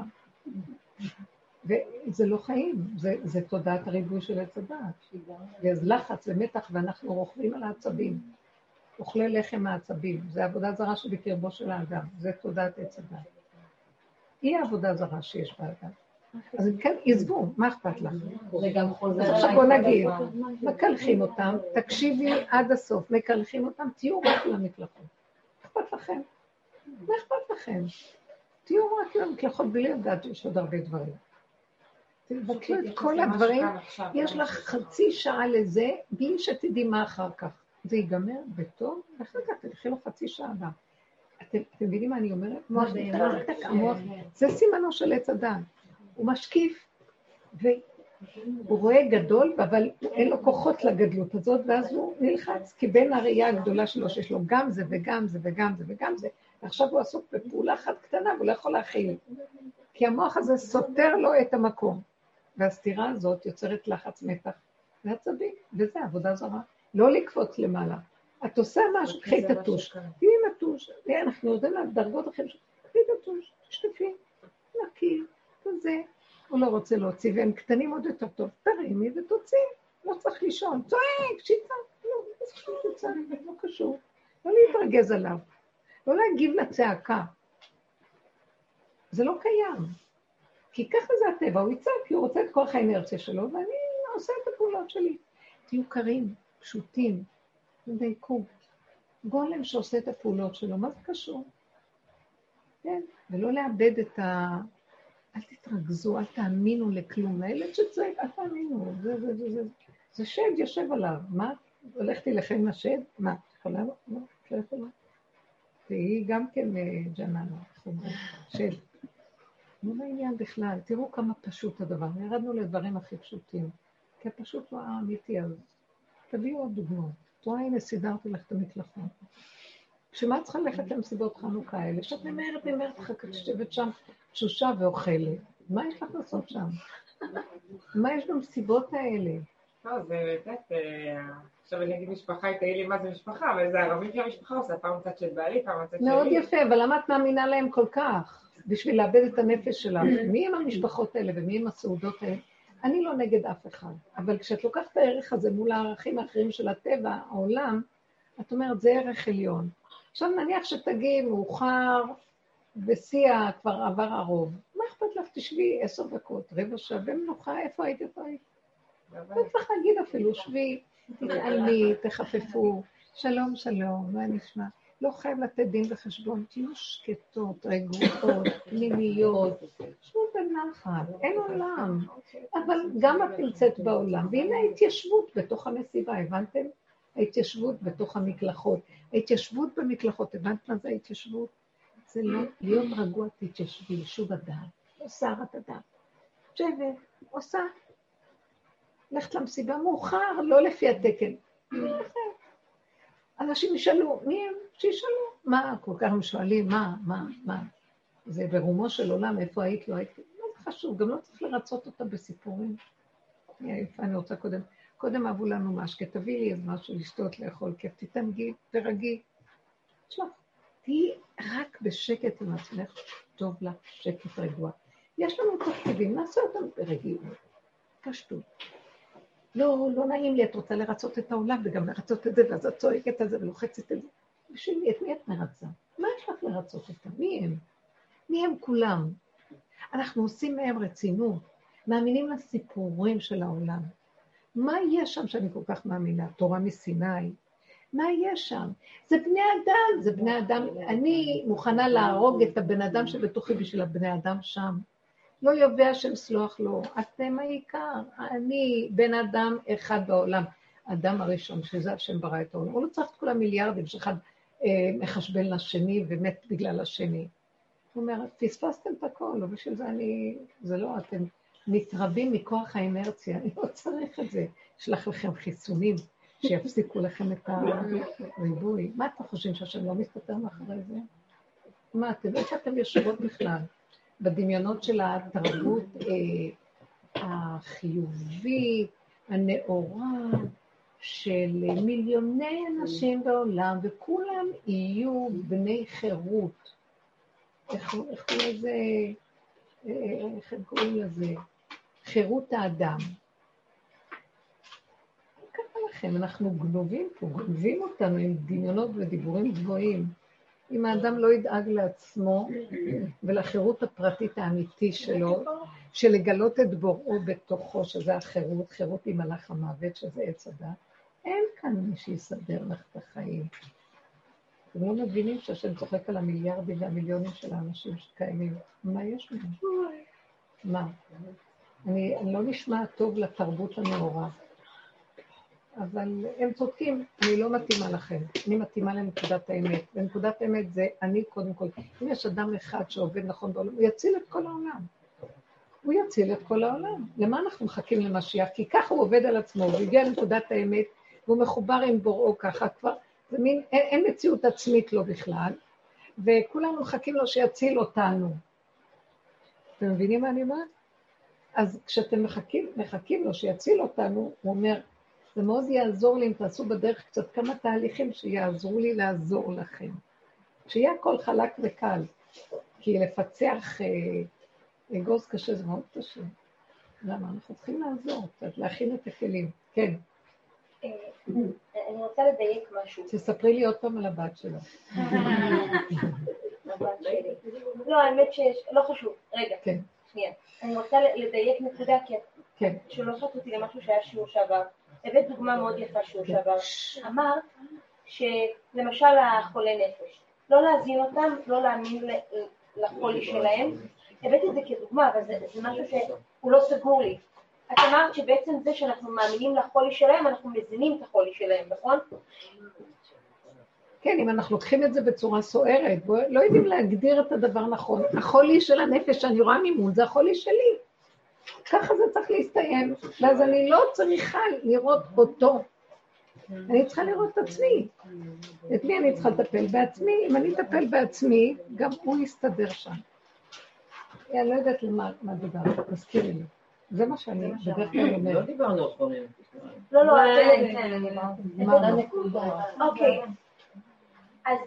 וזה לא חיים, זה, זה תודעת הריבוי של עץ הדעת. ואז לחץ ומתח ואנחנו רוכבים על העצבים. אוכלי לחם העצבים, זה עבודה זרה שבקרבו של האדם, זה תודעת עץ הדעת. היא העבודה זרה שיש באדם. אז אם כן, עזבו, מה אכפת לך? זה גם חוזר. אז עכשיו בוא נגיד, מקלחים אותם, תקשיבי עד הסוף, מקלחים אותם, תהיו רק למקלחות. אכפת לכם? מה אכפת לכם? תהיו רק למקלחות בלי לדעת שיש עוד הרבה דברים. תבטלו את כל הדברים, יש לך חצי שעה לזה, בלי שתדעי מה אחר כך. זה ייגמר בטוב, ואחר כך תלכי לו חצי שעה הבאה. אתם מבינים מה אני אומרת? מוח נתק, המוח, זה סימנו של עץ הדעת. הוא משקיף, והוא רואה גדול, אבל אין לו כוחות לגדלות הזאת, ואז הוא נלחץ, כי בין הראייה הגדולה שלו, שיש לו גם זה וגם זה וגם זה וגם זה, ועכשיו הוא עסוק בפעולה אחת קטנה, והוא לא יכול להכיל. כי המוח הזה סותר לו את המקום, והסתירה הזאת יוצרת לחץ מתח ועצבים, וזה עבודה זרה. לא לקפוץ למעלה. את עושה משהו, קחי את הטוש. תהיי עם הטוש. אנחנו יודעים לה דרגות אחרים, קחי את הטוש, תשטפי, נקי, כזה. הוא לא רוצה להוציא, והם קטנים עוד יותר טוב. תרימי ותוציא, לא צריך לישון. צועק, שיצא, לא, לא צריך שיצא, לא קשור. לא להתרגז עליו. לא להגיב לצעקה. זה לא קיים. כי ככה זה הטבע, הוא יצא, כי הוא רוצה את כוח האנרציה שלו, ואני עושה את הפעולות שלי. תהיו קרים, פשוטים, דייקו. גולם שעושה את הפעולות שלו, מה זה קשור? כן, ולא לאבד את ה... אל תתרגזו, אל תאמינו לכלום. הילד שצועק, אל תאמינו, זה, זה, זה, זה. זה שד יושב עליו. מה? הולכתי לכם עם השד? מה? יכולה? לא, לא יכולה. והיא גם כן ג'ננה, שד. לא בעניין בכלל, תראו כמה פשוט הדבר. ירדנו לדברים הכי פשוטים. כי הפשוט הוא האמיתי, אז תביאו עוד דוגמאות. תראה, הנה, סידרתי לך את המקלחון. שמה צריכה ללכת למסיבות חנוכה האלה? שאת ממהרת, ממהרת, חכה תשבת שם תשושה ואוכלת. מה יש לך לעשות שם? מה יש במסיבות האלה? לא, זה באמת, עכשיו אני אגיד משפחה, תהי לי מה זה משפחה, אבל זה ערבים של המשפחה עושה, פעם צד של בעלי, פעם צד שלי. מאוד יפה, אבל למה את מאמינה להם כל כך? בשביל לאבד את הנפש שלך. מי הם המשפחות האלה ומי הם הסעודות האלה? אני לא נגד אף אחד, אבל כשאת לוקחת את הערך הזה מול הערכים האחרים של הטבע, העולם, את אומרת, זה ערך עליון. עכשיו נניח שתגיעי מאוחר, ושיאה כבר עבר הרוב. מה אכפת לך? תשבי עשר דקות, רבע שעה, במנוחה, איפה היית? איפה היית? לא צריך להגיד אפילו, שבי, תתעלמי, תחפפו, שלום, שלום, מה נשמע? לא חייב לתת דין וחשבון, תהיו שקטות, רגועות, פנימיות, שבו בנחת, אין עולם. אבל גם את נמצאת בעולם, והנה ההתיישבות בתוך המסיבה, הבנתם? ההתיישבות בתוך המקלחות. ההתיישבות במקלחות, הבנת מה זה ההתיישבות? זה לא להיות רגוע, תתיישבי, שוב הדעת, לא סערת הדעת. שבת, עושה. לכת למסיבה מאוחר, לא לפי התקן. אנשים ישאלו, מי הם? שישאלו. מה, כל כך הם שואלים, מה, מה, מה? זה ברומו של עולם, איפה היית, לא היית? לא זה חשוב, גם לא צריך לרצות אותה בסיפורים. אני רוצה קודם, קודם אהבו לנו משקה, תביא לי איזה משהו לשתות, לאכול, כיף, תתנגי, תרגי. שלח, תהי רק בשקט עם עצמך, טוב לה, שקט רגוע. יש לנו תפקידים, נעשה אותם ברגיעות, פשטות. לא, לא נעים לי, את רוצה לרצות את העולם וגם לרצות את זה, ואז את צועקת את זה ולוחצת את זה. בשביל מי, את מי את מרצה? מה יש לך לרצות אותם? מי הם? מי הם כולם? אנחנו עושים מהם רצינות, מאמינים לסיפורים של העולם. מה יש שם שאני כל כך מאמינה? תורה מסיני. מה יש שם? זה בני אדם, זה בני אדם. אני מוכנה להרוג את הבן אדם שבתוכי בשביל הבני אדם שם. לא יובע שם סלוח לו, אתם העיקר, אני בן אדם אחד בעולם, אדם הראשון, שזה השם ברא את העולם, הוא לא צריך את כל המיליארדים שאחד אה, מחשבן לשני ומת בגלל השני. הוא אומר, פספסתם את הכל, לא בשביל זה אני, זה לא, אתם מתרבים מכוח האינרציה, אני לא צריך את זה, שלח לכם חיסונים שיפסיקו לכם את הריבוי. מה אתם חושבים שהשם לא מסתתר מאחורי זה? מה אתם, איך אתם יושבות בכלל? בדמיונות של התרבות אה, החיובית, הנאורה, של מיליוני אנשים בעולם, וכולם יהיו בני חירות. איך קוראים לזה? איך הם קוראים לזה? חירות האדם. ככה לכם, אנחנו גנובים פה, גנובים אותנו עם דמיונות ודיבורים גבוהים. אם האדם לא ידאג לעצמו ולחירות הפרטית האמיתי שלו, של לגלות את בוראו בתוכו, שזה החירות, חירות עם מלאך המוות, שזה עץ הדת, אין כאן מי שיסדר לך את החיים. אתם לא מבינים שהשם צוחק על המיליארדים והמיליונים של האנשים שקיימים. מה יש להם? מה? אני, אני לא נשמע טוב לתרבות הנאורה. אבל הם צודקים, אני לא מתאימה לכם, אני מתאימה לנקודת האמת, ונקודת האמת זה אני קודם כל, אם יש אדם אחד שעובד נכון בעולם, הוא יציל את כל העולם, הוא יציל את כל העולם, למה אנחנו מחכים למשיח? כי ככה הוא עובד על עצמו, הוא הגיע לנקודת האמת, והוא מחובר עם בוראו ככה כבר, זה מין, אין, אין מציאות עצמית לו בכלל, וכולנו מחכים לו שיציל אותנו. אתם מבינים מה אני אומרת? אז כשאתם מחכים, מחכים לו שיציל אותנו, הוא אומר, זה מאוד יעזור לי אם תעשו בדרך קצת כמה תהליכים שיעזרו לי לעזור לכם. שיהיה הכל חלק וקל, כי לפצח אה, אגוז קשה זה מאוד קשה. למה? אנחנו צריכים לעזור קצת, להכין את הכלים. כן. אני רוצה לדייק משהו. תספרי לי עוד פעם על הבת שלה. הבת שלי. לא, האמת שיש, לא חשוב. רגע, כן. שנייה. אני רוצה לדייק נקודה, כי כן. שלא שאת אותי למשהו שהיה שיעור שעבר. הבאת דוגמה מאוד יפה שיעור שעבר. אמרת שלמשל החולי נפש, לא להזין אותם, לא להאמין לחולי שלהם. הבאת את זה כדוגמה, אבל זה, זה משהו שהוא לא סגור לי. את אמרת שבעצם זה שאנחנו מאמינים לחולי שלהם, אנחנו מזינים את החולי שלהם, נכון? כן, אם אנחנו לוקחים את זה בצורה סוערת, לא יודעים להגדיר את הדבר נכון. החולי של הנפש שאני רואה ממול, זה החולי שלי. ככה זה צריך להסתיים, ואז אני לא צריכה לראות אותו. אני צריכה לראות את עצמי. את מי אני צריכה לטפל? בעצמי. אם אני אטפל בעצמי, גם הוא יסתדר שם. אני לא יודעת למה דיבר, תזכירי לי. זה מה שאני בדרך כלל אומרת. לא דיברנו על חולי נפש. לא, לא, מה הנקודה? אוקיי. אז...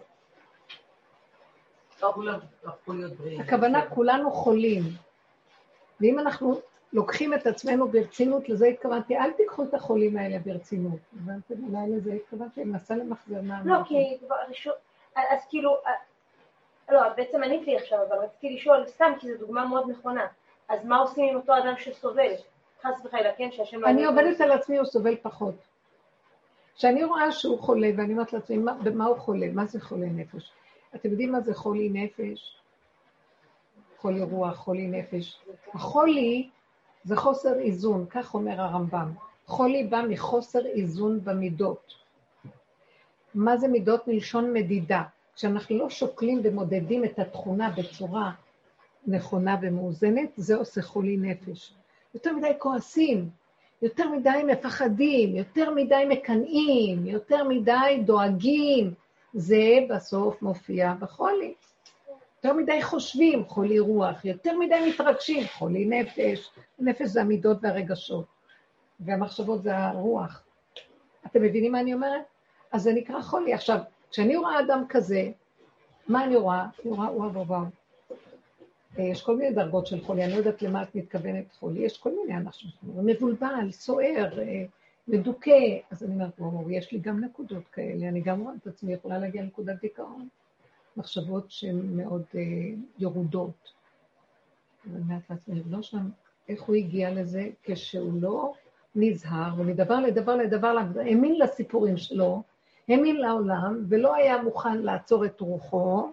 הכוונה, כולנו חולים. ואם אנחנו לוקחים את עצמנו ברצינות, לזה התכוונתי, אל תיקחו את החולים האלה ברצינות. הבנתם, אולי לזה התכוונתי, אני מנסה למחזר מה לא, כי כבר ראשון, אז כאילו, לא, בעצם ענית לי עכשיו, אבל רציתי לשאול סתם, כי זו דוגמה מאוד נכונה. אז מה עושים עם אותו אדם שסובל? חס וחלילה, כן, שהשם... אני עובדת על עצמי, הוא סובל פחות. כשאני רואה שהוא חולה, ואני אומרת לעצמי, במה הוא חולה? מה זה חולה נפש? אתם יודעים מה זה חולי נפש? חולי רוח, חולי נפש. החולי זה חוסר איזון, כך אומר הרמב"ם. חולי בא מחוסר איזון במידות. מה זה מידות? מלשון מדידה. כשאנחנו לא שוקלים ומודדים את התכונה בצורה נכונה ומאוזנת, זה עושה חולי נפש. יותר מדי כועסים, יותר מדי מפחדים, יותר מדי מקנאים, יותר מדי דואגים. זה בסוף מופיע בחולי. יותר מדי חושבים, חולי רוח, יותר מדי מתרגשים, חולי נפש. נפש זה המידות והרגשות, והמחשבות זה הרוח. אתם מבינים מה אני אומרת? אז זה נקרא חולי. עכשיו, כשאני רואה אדם כזה, מה אני רואה? אני רואה, וואו, וואו, וואו. יש כל מיני דרגות של חולי, אני לא יודעת למה את מתכוונת חולי, יש כל מיני אנשים, מבולבל, סוער, מדוכא. אז אני אומרת, וואו, יש לי גם נקודות כאלה, אני גם רואה את עצמי, יכולה להגיע לנקודת דיכאון. מחשבות שהן מאוד uh, ירודות. ואני אומרת לעצמי, לא שם, איך הוא הגיע לזה כשהוא לא נזהר, ומדבר לדבר לדבר, האמין לסיפורים שלו, האמין לעולם, ולא היה מוכן לעצור את רוחו,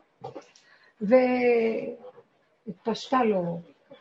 והתפשטה לו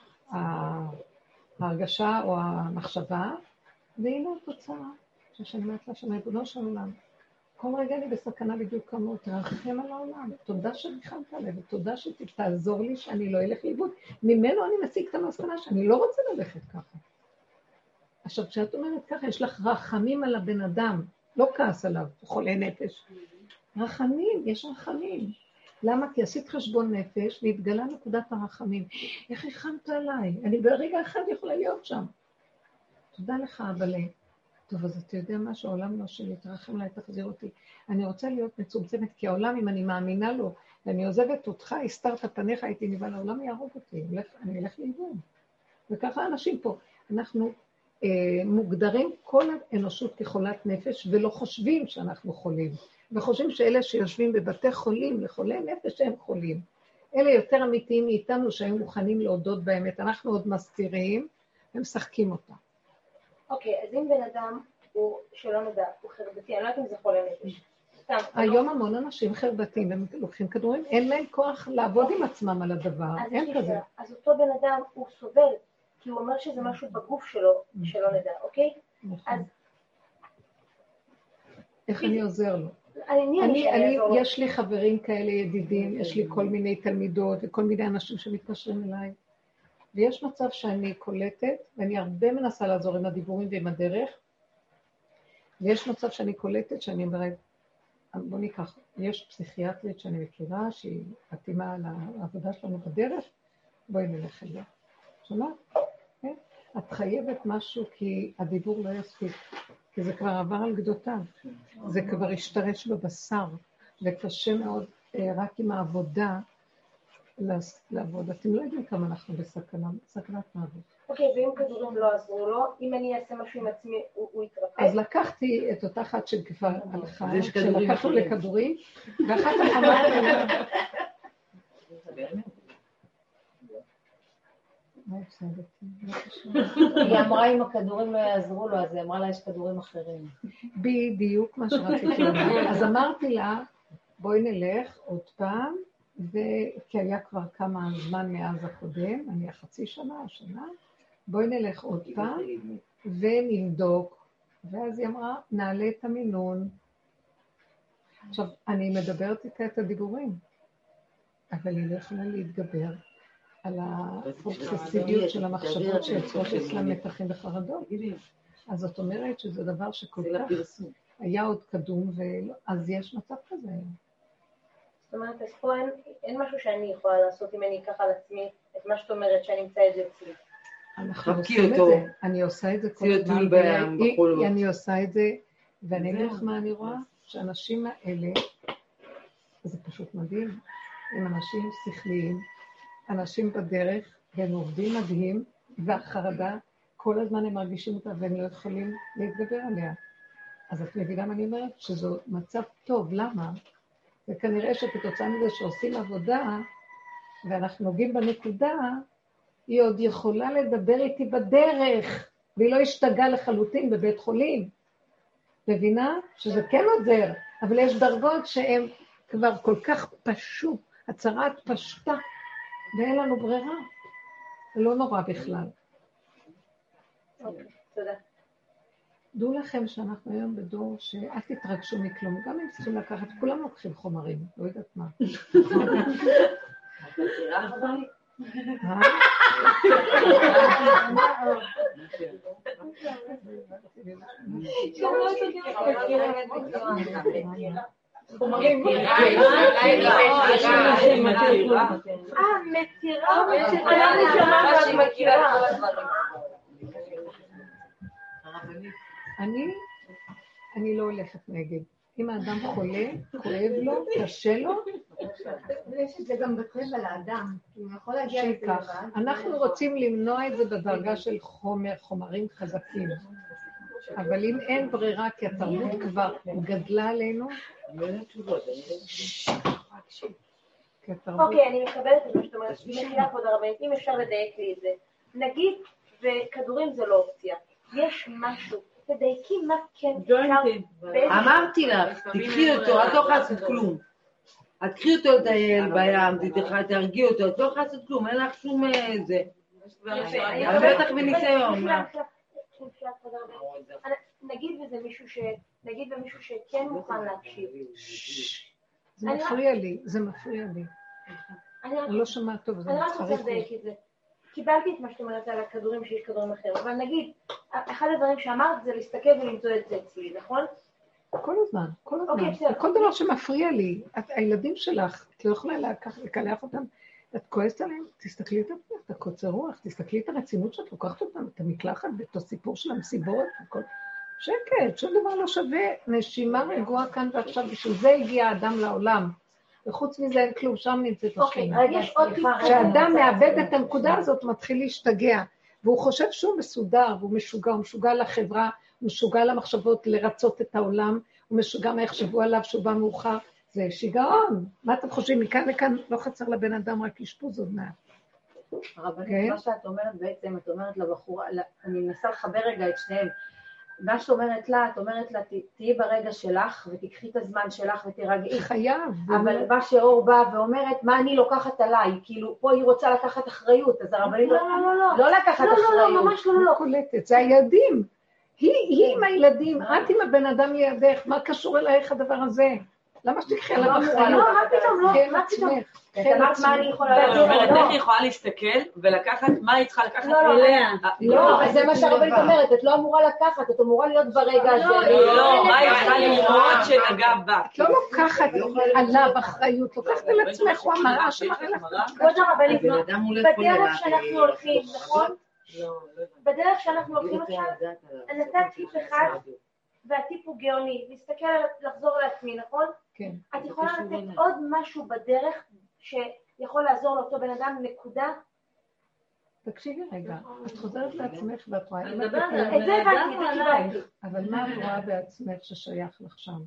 ההרגשה או המחשבה, והנה התוצאה, שאני אומרת לה, שאני בנו של עולם. כל רגע אני בסכנה בדיוק כמות, תרחם על העולם, תודה שריחמת עליי, ותודה שתעזור לי שאני לא אלך לאיבוד. ממנו אני משיג את המסקנה שאני לא רוצה ללכת ככה. עכשיו, כשאת אומרת ככה, יש לך רחמים על הבן אדם, לא כעס עליו, חולה נפש. רחמים, יש רחמים. למה? כי עשית חשבון נפש, והתגלה נקודת הרחמים. איך ריחמת עליי? אני ברגע אחד יכולה להיות שם. תודה לך, אבאלה. טוב, אז אתה יודע מה שהעולם לא שלי, תרחם עליי, תחזיר אותי. אני רוצה להיות מצומצמת, כי העולם, אם אני מאמינה לו, ואני עוזבת אותך, הסתרת פניך, הייתי ניבה לעולם, יהרוג אותי, אני אלך לאיבוד. וככה אנשים פה, אנחנו אה, מוגדרים כל האנושות כחולת נפש, ולא חושבים שאנחנו חולים. וחושבים שאלה שיושבים בבתי חולים, לחולי נפש, הם חולים. אלה יותר אמיתיים מאיתנו, שהם מוכנים להודות באמת. אנחנו עוד מסתירים, הם משחקים אותה. אוקיי, אז אם בן אדם הוא שלא נדע, הוא חרדתי, אני לא יודעת אם זה חולה נפש. היום המון אנשים חרדתיים, הם לוקחים כדורים, אין להם כוח לעבוד עם עצמם על הדבר, אין כזה. אז אותו בן אדם הוא סובל, כי הוא אומר שזה משהו בגוף שלו, שלא נדע, אוקיי? אז... איך אני עוזר לו? אני, יש לי חברים כאלה ידידים, יש לי כל מיני תלמידות וכל מיני אנשים שמתקשרים אליי. ויש מצב שאני קולטת, ואני הרבה מנסה לעזור עם הדיבורים ועם הדרך, ויש מצב שאני קולטת, שאני אומרת, בוא ניקח, יש פסיכיאטרית שאני מכירה, שהיא מתאימה על העבודה שלנו בדרך, בואי נלך אליה. שומעת? כן? את חייבת משהו כי הדיבור לא יספיק, כי זה כבר עבר על גדותיו, זה כבר השתרש בבשר, וקשה מאוד רק עם העבודה, לעבוד. אתם לא יודעים כמה אנחנו בסכנה, סכנת מוות. אוקיי, ואם כדורים לא עזרו לו, אם אני אעשה משהו עם עצמי, הוא יתרפא? אז לקחתי את אותה אחת שכבר הלכה, שלקחנו לכדורים, ואחת החמרת ממנה. היא אמרה אם הכדורים לא יעזרו לו, אז היא אמרה לה יש כדורים אחרים. בדיוק מה שרציתי לומר. אז אמרתי לה, בואי נלך עוד פעם, כי היה כבר כמה זמן מאז הקודם, אני החצי שנה, השנה, בואי נלך עוד פעם ונבדוק. ואז היא אמרה, נעלה את המינון. עכשיו, אני מדברת איתה את הדיבורים, אבל היא לא יכולה להתגבר על האובססיביות של המחשבות שיוצרות אצלם מתחים וחרדות. אז זאת אומרת שזה דבר שכל כך היה עוד קדום, אז יש מצב כזה. זאת אומרת, אז פה אין, אין משהו שאני יכולה לעשות אם אני אקח על עצמי את מה שאת אומרת שאני אמצא את זה אצלי. אנחנו עושים את זה, אני עושה את זה כל הזמן, אני עושה את זה, ואני אגיד לך מה אני רואה, שהאנשים האלה, זה פשוט מדהים, הם אנשים שכליים, אנשים בדרך, והם עובדים מדהים, והחרדה, כל הזמן הם מרגישים אותה, והם לא יכולים להתגבר עליה. אז את מבינה מה אני אומרת? שזו מצב טוב, למה? וכנראה שכתוצאה מזה שעושים עבודה, ואנחנו נוגעים בנקודה, היא עוד יכולה לדבר איתי בדרך, והיא לא השתגעה לחלוטין בבית חולים. מבינה? שזה כן עוזר, אבל יש דרגות שהן כבר כל כך פשוט, הצהרת פשטה, ואין לנו ברירה. זה לא נורא בכלל. אוקיי, תודה. דעו לכם שאנחנו היום בדור שאל תתרגשו מכלום, גם אם צריכים לקחת, כולם לוקחים חומרים, לא יודעת מה. חומרים. אה, מתירה. אנחנו שמענו שאני מכירה. אני, אני לא הולכת נגד. אם האדם חולה, כואב לו, קשה לו, ויש את זה גם בטבע לאדם, הוא יכול להגיע לזה לבד. אנחנו רוצים למנוע את זה בדרגה של חומר, חומרים חזקים. אבל אם אין ברירה, כי התרבות כבר גדלה עלינו, אוקיי, אני מקבלת את מה שאת אומרת, מחילה כבוד הרבנית, אם אפשר לדייק לי את זה. נגיד, וכדורים זה לא אופציה. יש משהו, תדייקי מה כן אפשר. אמרתי לך, תקחי אותו, את לא יכולה לעשות כלום. את קחי אותו לטייל בים, תרגיעי אותו, את לא יכולה לעשות כלום, אין לך שום זה. אני בטח בניסיון. נגיד וזה מישהו ש... נגיד ומישהו שכן מוכן להקשיב. זה מפריע לי, זה מפריע לי. אני לא שומעת טוב, זה אני רק רוצה לדייק את זה. קיבלתי את מה שאת אומרת על הכדורים שיש כדורים אחרים, אבל נגיד, אחד הדברים שאמרת זה להסתכל ולמצוא את זה אצלי, נכון? כל הזמן, כל הזמן. כל דבר שמפריע לי, הילדים שלך, את לא יכולה לקלח אותם, את כועסת עליהם, תסתכלי את עצמך, את הקוצר רוח, תסתכלי את הרצינות שאת לוקחת אותם, את המקלחת, את הסיפור של המסיבות, וכל... שקט, שום דבר לא שווה, נשימה רגועה כאן ועכשיו, בשביל זה הגיע האדם לעולם. וחוץ מזה אין כלום, שם נמצאת השכינה. כשאדם מאבד את הנקודה הזאת, מתחיל להשתגע, והוא חושב שהוא מסודר, והוא משוגע, הוא משוגע לחברה, הוא משוגע למחשבות לרצות את העולם, הוא משוגע מה יחשבו עליו שהוא בא מאוחר, זה שיגעון. מה אתם חושבים? מכאן לכאן לא חצר לבן אדם רק אשפוז עוד מעט. רבנית, מה שאת אומרת בעצם, את אומרת לבחורה, אני מנסה לחבר רגע את שניהם, מה שאת אומרת לה, את אומרת לה, תהיי ברגע שלך, ותקחי את הזמן שלך ותרגעי. חייב. אבל מה שאור באה ואומרת, מה אני לוקחת עליי? כאילו, פה היא רוצה לקחת אחריות, אז הרבנית לא, לא, לא, לא. לא לקחת אחריות. לא, לא, ממש לא, לא. קולטת, זה הילדים. היא עם הילדים, את עם הבן אדם לידך, מה קשור אלייך הדבר הזה? למה שתקחי עליו אחריות? לא, מה פתאום, לא, מה פתאום. את אמרת מה אני יכולה לעשות. אומרת, איך היא יכולה להסתכל ולקחת, מה היא צריכה לקחת אליה? לא, אז זה מה שהרבנית אומרת, את לא אמורה לקחת, את אמורה להיות ברגע הזה. לא, מה היא צריכה לראות שנגע בה? את לא לוקחת עליו אחריות, לוקחת על עצמך, הוא המראה שמראה לך. כבוד הרבנית, בדרך שאנחנו הולכים, נכון? בדרך שאנחנו הולכים עכשיו, נתת טיפ אחד, והטיפ הוא גאוני, להסתכל, לחזור לעצמי, נכון? כן. את יכולה לתת עוד משהו בדרך שיכול לעזור לאותו בן אדם, נקודה? תקשיבי רגע, את חוזרת לעצמך ואת רואה... את זה הבנתי, זה קיבלתי. אבל מה את רואה בעצמך ששייך לך שם?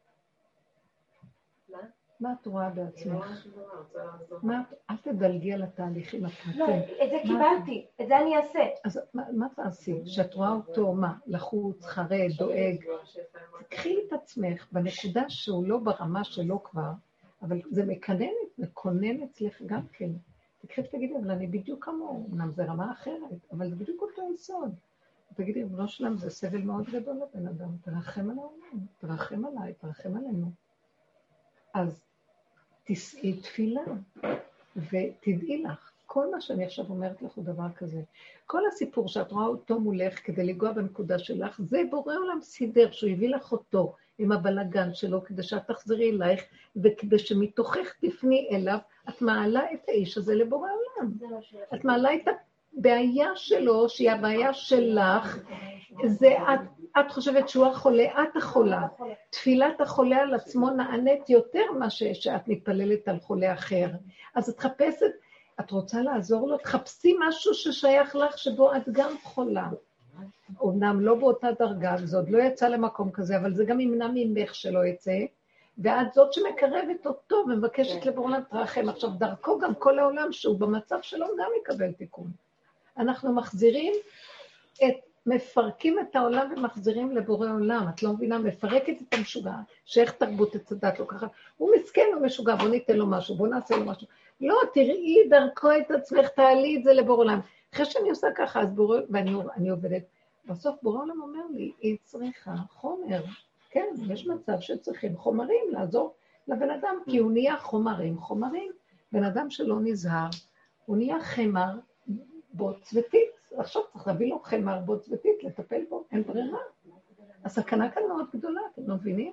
מה? מה את רואה בעצמך? אל תדלגי על התהליכים הפרטים. לא, את זה קיבלתי, את זה אני אעשה. אז מה תעשי? שאת רואה אותו, מה? לחוץ, חרד, דואג. תקחי את עצמך בנקודה שהוא לא ברמה שלו כבר, אבל זה מקננת, מקונן אצלך גם כן. תקחי ותגידי, אבל אני בדיוק כמוהו, אמנם זה רמה אחרת, אבל זה בדיוק אותו יסוד. תגידי, בנו שלם, זה סבל מאוד גדול לבן אדם, תרחם על העולם, תרחם עליי, תרחם עלינו. אז תשאי תפילה, ותדעי לך, כל מה שאני עכשיו אומרת לך הוא דבר כזה. כל הסיפור שאת רואה אותו מולך כדי לגוע בנקודה שלך, זה בורא עולם סידר, שהוא הביא לך אותו, עם הבלגן שלו, כדי שאת תחזרי אלייך, וכדי שמתוכך תפני אליו, את מעלה את האיש הזה לבורא עולם. את מעלה את הבעיה שלו, שהיא הבעיה שלך, זה את, את חושבת שהוא החולה, את החולה. תפילת החולה על עצמו נענית יותר מה שאת מתפללת על חולה אחר. אז את חפשת, את רוצה לעזור לו, תחפשי משהו ששייך לך, שבו את גם חולה. אומנם לא באותה דרגה, זה עוד לא יצא למקום כזה, אבל זה גם ימנע ממך שלא יצא, ואת זאת שמקרבת אותו ומבקשת לבורא עולם תרחם. עכשיו דרכו גם כל העולם שהוא במצב שלו גם יקבל תיקון. אנחנו מחזירים את, מפרקים את העולם ומחזירים לבורא עולם. את לא מבינה, מפרקת את המשוגע, שאיך תרבות את צדת לו ככה. הוא מסכן, הוא משוגע, בוא ניתן לו משהו, בוא נעשה לו משהו. לא, תראי דרכו את עצמך, תעלי את זה לבורא עולם. אחרי שאני עושה ככה, אז בורא, ואני אני עובדת, בסוף בורא עולם אומר לי, היא צריכה חומר. כן, יש מצב שצריכים חומרים לעזור לבן אדם, כי הוא נהיה חומרים, חומרים. בן אדם שלא נזהר, הוא נהיה חמר בוץ וטיט. עכשיו צריך להביא לו חמר בוץ וטיט, לטפל בו, אין ברירה. הסכנה כאן מאוד גדולה, אתם לא מבינים?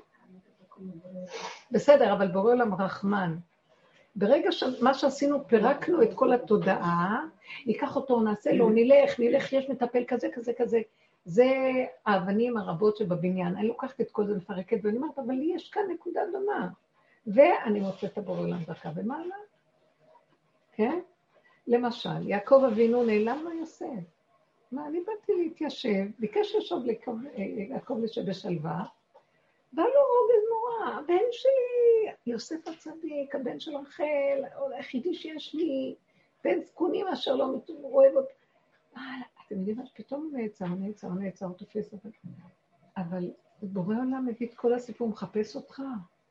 בסדר, אבל בורא עולם רחמן. ברגע שמה שעשינו, פירקנו את כל התודעה, ניקח אותו, נעשה לו, נלך, נלך, יש מטפל כזה, כזה, כזה. זה האבנים הרבות שבבניין. אני לוקחת את כל זה מפרקת, ואני אומרת, אבל יש כאן נקודה דומה. ואני מוצאת הבורא עולם דרכה ומעלה. כן? למשל, יעקב אבינו נעלם לו יוסף. מה, אני באתי להתיישב, ביקש לשוב יעקב לשב בשלווה, בא לו רוגז נורא, הבן שלי, יוסף הצדיק, הבן של רחל, היחידי שיש לי, בן זקונים אשר לא אוהב אותי. אתם יודעים מה, פתאום הוא נעצר, נעצר, נעצר, הוא תופס אותך. אבל בורא עולם מביא את כל הסיפור, מחפש אותך.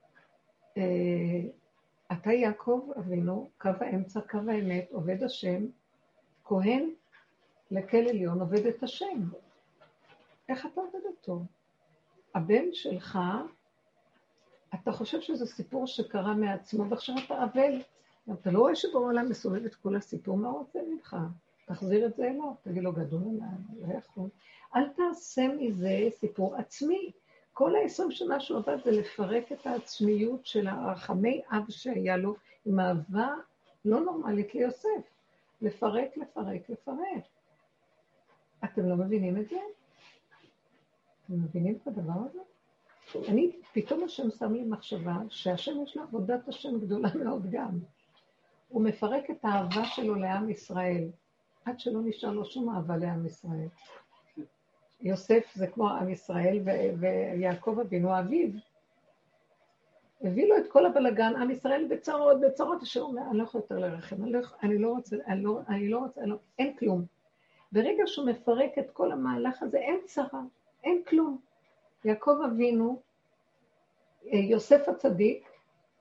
אתה יעקב אבינו, קו האמצע, קו האמת, עובד השם, כהן לכל עליון, עובד את השם. איך אתה עובד אותו? הבן שלך, אתה חושב שזה סיפור שקרה מעצמו, ועכשיו אתה אבל. אתה לא רואה שבעולם מסובב את כל הסיפור, מה רוצה ממך? תחזיר את זה אליו, תגיד לו גדול עליו, לא יכול. אל תעשה מזה סיפור עצמי. כל ה-עשרים שנה שהוא עבד זה לפרק את העצמיות של הרחמי אב שהיה לו, עם אהבה לא נורמלית ליוסף. לפרק, לפרק, לפרק. אתם לא מבינים את זה? אתם מבינים את הדבר הזה? אני, פתאום השם שם לי מחשבה שהשם יש לה עבודת השם גדולה מאוד גם. הוא מפרק את האהבה שלו לעם ישראל, עד שלא נשאר לו שום אהבה לעם ישראל. יוסף זה כמו עם ישראל, ו- ויעקב אבינו אביו. הביא לו את כל הבלגן, עם ישראל בצרות, בצרות, אשר אומר, אני לא יכול יותר לרחם, אני לא, אני לא רוצה, אני לא, אני לא רוצה, אני לא, אין כלום. ברגע שהוא מפרק את כל המהלך הזה, אין צרה, אין כלום. יעקב אבינו, יוסף הצדיק,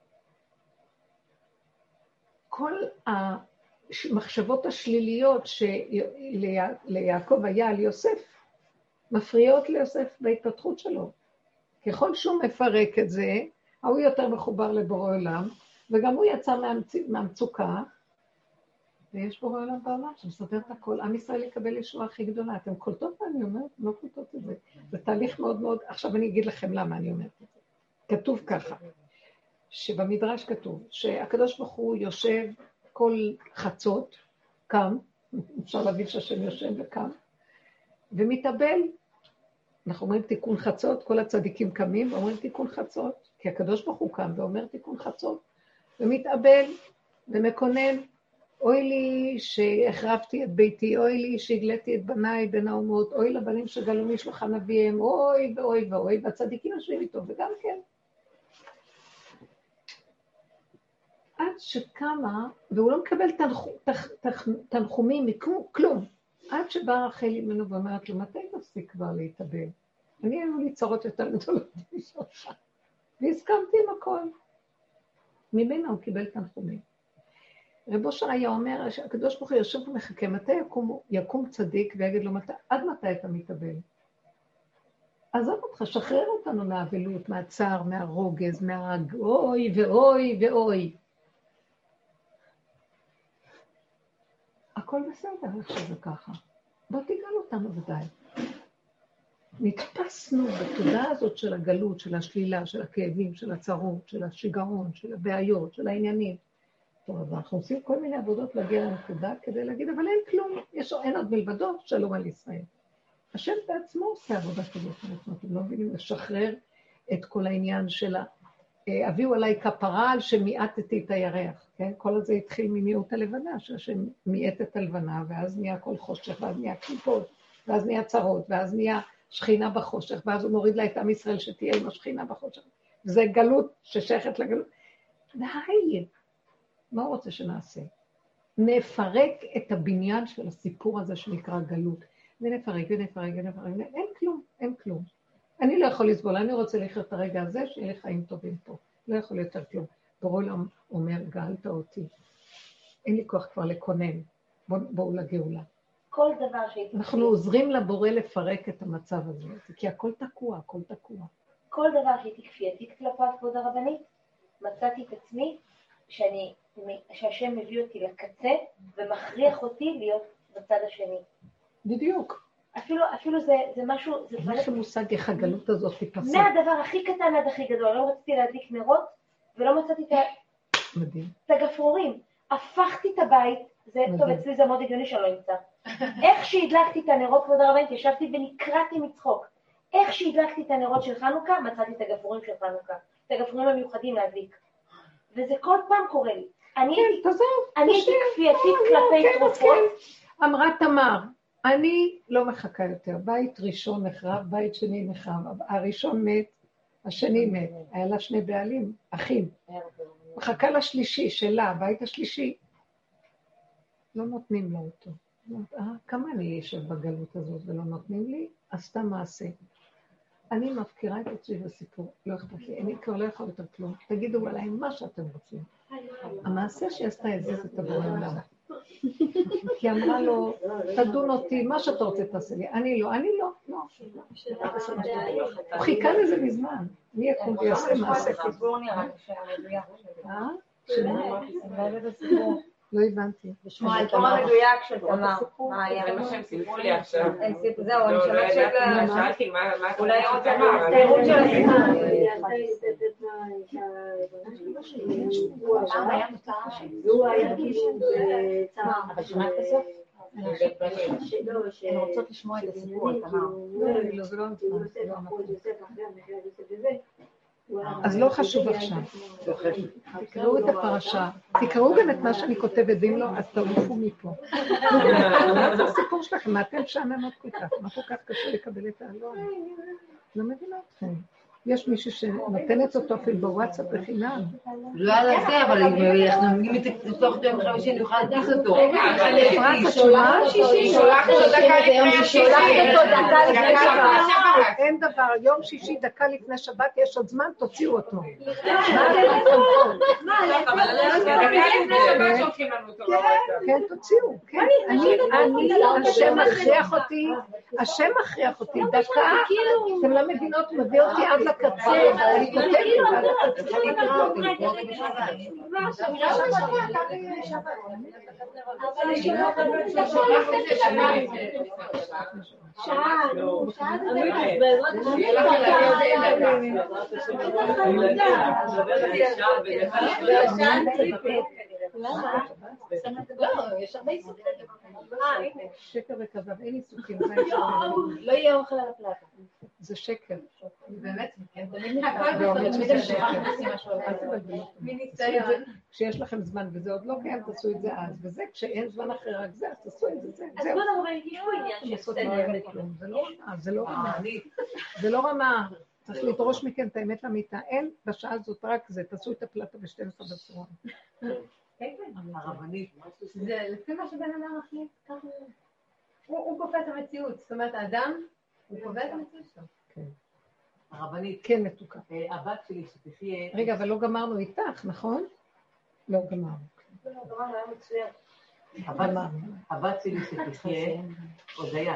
כל המחשבות השליליות שליעקב היה על יוסף, מפריעות ליוסף בהתפתחות שלו. ככל שהוא מפרק את זה, הוא יותר מחובר לבורא עולם, וגם הוא יצא מהמצ... מהמצוקה, ויש בורא עולם בעולם שמסדר את הכל. עם ישראל יקבל ישועה הכי גדולה. אתם קולטות מה אני אומרת? לא קולטות את זה. זה תהליך מאוד מאוד... עכשיו אני אגיד לכם למה אני אומרת את זה. כתוב ככה, שבמדרש כתוב, שהקדוש ברוך הוא יושב כל חצות, קם, אפשר להבין שהשם יושב וקם, ומתאבל. אנחנו אומרים תיקון חצות, כל הצדיקים קמים ואומרים תיקון חצות, כי הקדוש ברוך הוא קם ואומר תיקון חצות, ומתאבל ומקונן, אוי לי שהחרבתי את ביתי, אוי לי שהגלתי את בניי בין האומות, אוי לבנים שגלו משלחה נביהם, אוי ואוי ואוי, והצדיקים יושבים איתו, וגם כן. עד שקמה, והוא לא מקבל תנחו, תח, תח, תנחומים מכלום, עד שבאה רחל ממנו ואומרת לו, מתי תפסיק כבר להתאבל? אני היו לי צרות יותר גדולות משלך. והסכמתי עם הכל. ממנה הוא קיבל תנחומים. רב אושר היה אומר, הקדוש ברוך הוא יושב ומחכה, מתי יקום, יקום צדיק ויגיד לו, מת, עד מתי אתה מתאבל? עזוב אותך, שחרר אותנו מהאבלות, מהצער, מהרוגז, מהאוי ואוי ואוי. הכל בסדר, איך שזה ככה. בוא תיגל אותנו ודאי. נתפסנו בתודעה הזאת של הגלות, של השלילה, של הכאבים, של הצרות, של השיגעון, של הבעיות, של העניינים. טוב, אז אנחנו עושים כל מיני עבודות להגיע לנקודה כדי להגיד, אבל אין כלום, יש, אין עוד מלבדו, שלום על ישראל. השם בעצמו עושה עבודה כזאת, אתם לא מבינים לשחרר את כל העניין של הביאו עליי כפרה על שמיעטתי את הירח, כן? כל הזה התחיל ממיעוט הלבנה, שהשם מיעט את הלבנה, ואז נהיה כל חושך, ואז נהיה קליפות, ואז נהיה צרות, ואז נהיה שכינה בחושך, ואז הוא מוריד לה את עם ישראל שתהיה עם השכינה בחושך. זה גלות ששייכת לגלות. די, מה הוא רוצה שנעשה? נפרק את הבניין של הסיפור הזה שנקרא גלות, ונפרק ונפרק ונפרק, אין כלום, אין כלום. אני לא יכול לסבול, אני רוצה לחיות את הרגע הזה, שיהיה לי חיים טובים פה. לא יכול יותר כלום. בורא אומר, גאלת אותי. אין לי כוח כבר לקונן. בואו בוא לגאולה. כל דבר שהייתי... אנחנו עוזרים לבורא לפרק את המצב הזה, כי הכל תקוע, הכל תקוע. כל דבר שהייתי כפייתית כלפיו, כבוד הרבנית, מצאתי את עצמי שאני, שהשם מביא אותי לקצה, ומכריח אותי להיות בצד השני. בדיוק. אפילו, אפילו זה, זה משהו... זה אין לכם מושג איך הגלות הזאת תיפסק. מהדבר הכי קטן עד הכי גדול, לא רציתי להדליק נרות, ולא מצאתי את, מדהים. את הגפרורים. הפכתי את הבית, זה, טוב, אצלי זה מאוד הגיוני שלא ימצא. איך שהדלקתי את הנרות, כבוד הרבנית, ישבתי ונקרעתי מצחוק. איך שהדלקתי את הנרות של חנוכה, מצאתי את הגפרורים של חנוכה. את הגפרורים המיוחדים להדליק. וזה כל פעם קורה לי. אני הייתי כפייתית כלפי תרופות. אמרה תמר, אני לא מחכה יותר. בית ראשון נחרב, בית שני נחרב. הראשון מת, השני מת. היה לה שני בעלים, אחים. מחכה לשלישי שלה, הבית השלישי. לא נותנים לו אותו. אה, כמה אני אשב בגלות הזאת ולא נותנים לי? עשתה מעשה. אני מפקירה את עצמי בסיפור, לא אכפת לי, אני כבר לא יכול יותר כלום. תגידו עליי מה שאתם רוצים. המעשה שעשתה הזיז את הבורא עולם. כי אמרה לו, תדון אותי, מה שאתה רוצה תעשה לי. אני לא, אני לא, לא. הוא חיכה לזה מזמן. מי יקום ויעשה מעשה כזה? אה? שמה? לא הבנתי. לשמוע את תורה מדויק של תמר. מה היה? זה מה שהם סיפרו לי עכשיו. זהו, אני שמעת של... שאלתי מה... אולי רוצה להסתיירות של הסיפור. הוא הירגיש צמר. אבל שמעת בסוף? הן רוצות לשמוע את הסיפור, תמר. לא, זה לא נכון. אז לא חשוב עכשיו. תקראו את הפרשה, תקראו גם את מה שאני כותבת, ואם לא, אז תעופו מפה. זה הסיפור שלכם, מה אתם שעננות כל כך? מה כל כך קשה לקבל את העלון? לא מבינה אתכם. יש מישהו שנותנת אותו אפילו בוואטסאפ בחינם. לא על זה, אבל אם אנחנו נפתוח אותו עם חמישי, נוכל להטיס אותו. אפרת, שולחת אותו דקה לפני שבת. אין דבר, יום שישי דקה לפני שבת, יש עוד זמן, תוציאו אותו. כן, תוציאו. אני, השם מכריח אותי, השם מכריח אותי, דקה, אתם לא מבינות, מביא אותי עד לקצה, אני כותבת עד הקצה. שעה, שעה יש הרבה עיסוקים. שקר וכזב, אין עיסוקים. לא יהיה אוכל על הפלטה. זה שקר. באמת? כשיש לכם זמן וזה עוד לא קיים, תעשו את זה אז, וזה כשאין זמן אחר רק זה, אז תעשו את זה. אז בוא נראה, יש פה עניין של סדר. זה לא רמה, זה לא רמה. צריך לדרוש מכם את האמת למיטה. אין בשעה הזאת רק זה, תעשו את הפלטה ב-שתים עשרה בצהריים. הרבנית. זה לפי מה שבן אדם מחליט, ככה הוא קובע את המציאות. זאת אומרת, האדם, הוא קובע את המציאות שלו. כן. הרבנית. כן, מתוקה. הבת שלי שתחיה... רגע, אבל לא גמרנו איתך, נכון? לא גמרנו. לא גמרנו, היה מצוין. הבת שלי שתחיה, הודיה,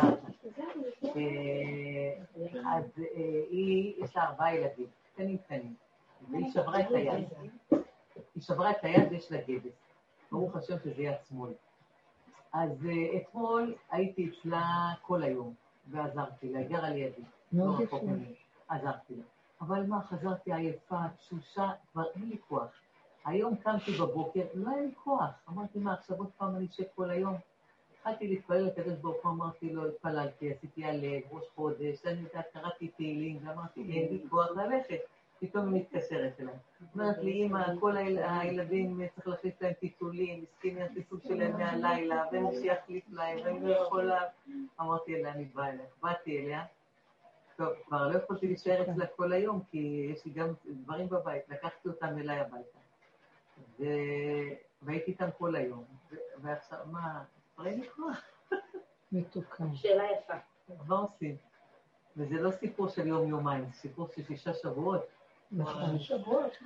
אז היא, יש לה ארבעה ילדים, קטנים קטנים, והיא שברה את היד. היא שברה את היד ויש לה גבס. ברוך השם שזה יד שמאל. אז אתמול הייתי אצלה כל היום. ועזרתי לה, גרה לידי. מאוד יפה. עזרתי לה. אבל מה, חזרתי עייפה, תשושה, כבר אין לי כוח. היום קמתי בבוקר, לא היה לי כוח. אמרתי, מה, עכשיו עוד פעם אני אשב כל היום? התחלתי להתפלל לקדוש ברוך הוא, אמרתי לו, התפללתי, עשיתי הלב, ראש חודש, אני יודעת, קראתי תהילים, ואמרתי, אין לי כוח ללכת. פתאום היא מתקשרת אליי. אומרת לי, אמא, כל הילדים צריך להחליף להם טיטולים, מסכים מהטיטול שלהם מהלילה, ואין מי שיחליף להם, ואני לא יכולה... אמרתי אליה, אני באה אליה. באתי אליה. טוב, כבר לא יכולתי להישאר אצלה כל היום, כי יש לי גם דברים בבית. לקחתי אותם אליי הביתה. והייתי איתם כל היום. ועכשיו, מה, כבר אין לי כוח. מתוקה. שאלה יפה. מה עושים? וזה לא סיפור של יום-יומיים, זה סיפור של שישה שבועות. נכון. שבועות.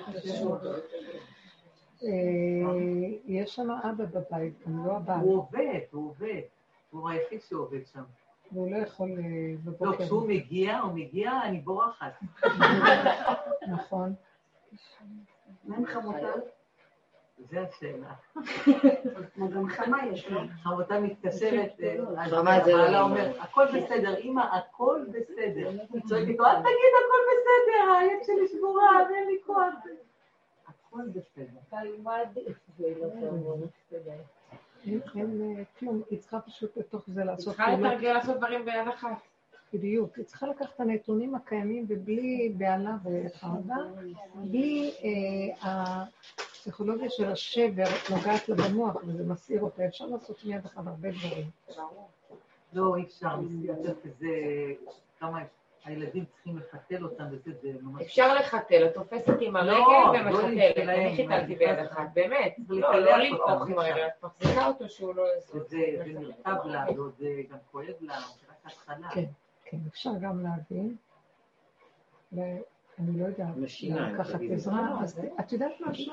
יש שם אבא בבית, גם לא הבא. הוא עובד, הוא עובד. הוא היחיד שעובד שם. והוא לא יכול בבוקר. לא, כשהוא מגיע, הוא מגיע, אני בורחת. נכון. מה עם חמותה? זה השאלה. כמו גם חמה יש לו. חמותה מתקשרת, חמה זה בעלה אומר, הכל בסדר, אמא, הכל בסדר. היא צועקת לו, אל תגיד הכל בסדר, היד שלי שבורה, אין לי כוח. הכל בסדר. תלמד את זה, לא תעבור, בסדר. אין כלום, היא צריכה פשוט לתוך זה לעשות... צריכה לתרגל לעשות דברים ביד אחת. בדיוק, היא צריכה לקחת את הנתונים הקיימים ובלי בעלה וחרדה, בלי הפסיכולוגיה של השבר נוגעת לה במוח וזה מסעיר אותה, אפשר לעשות מיד אחד הרבה דברים. לא, אי אפשר, מסתכל כזה, כמה הילדים צריכים לחתל אותם וזה, זה ממש... אפשר לחתל, את תופסת עם הרגל ומחתלת, אני חיתלתי ביד אחת, באמת, לא לבעוך עם הרגל, את מחזיקה אותו שהוא לא יזוז. זה נרטב לה, זה גם כואב לה, זה רק התחלה. כן, כן, אפשר גם להבין, ואני לא יודעת, לקחת עזרה, אז את יודעת משהו?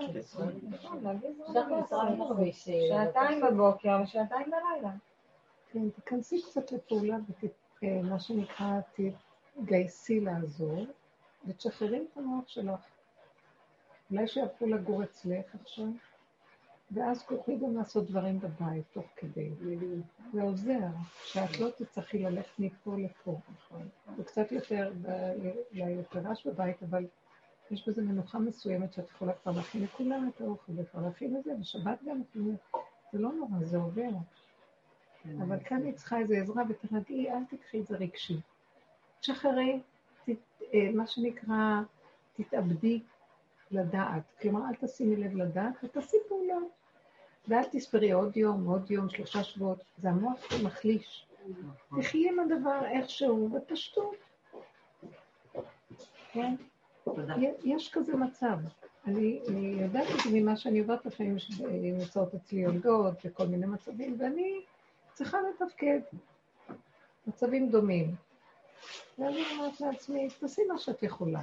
שעתיים בבוקר ושעתיים בלילה. כן, תכנסי קצת לפעולה, מה שנקרא, תגייסי לעזור, ותשחררי את המוח שלך. אולי שיהפכו לגור אצלך עכשיו, ואז כוחי גם לעשות דברים בבית, תוך כדי. זה עוזר, שאת לא תצטרכי ללכת מפה לפה. זה קצת יותר ליתרש בבית, אבל יש בזה מנוחה מסוימת שאת יכולה כבר להכין לכולם את האוכל, וכבר להכין את זה, ושבת גם, זה לא נורא, זה עובר. אבל כאן היא צריכה איזו עזרה, ותרגעי, אל תקחי את זה רגשי. תשחררי, מה שנקרא, תתאבדי לדעת. כלומר, אל תשימי לב לדעת, ותעשי פעולות. ואל תספרי עוד יום, עוד יום, שלושה שבועות. זה המוח שמחליש. תחי עם הדבר איכשהו, בפשטות. כן? יש כזה מצב. אני יודעת את זה ממה שאני עוברת לפעמים, שנמצאות אצלי יולדות, וכל מיני מצבים, ואני צריכה לתפקד. מצבים דומים. ואני אומרת לעצמי, תעשי מה שאת יכולה.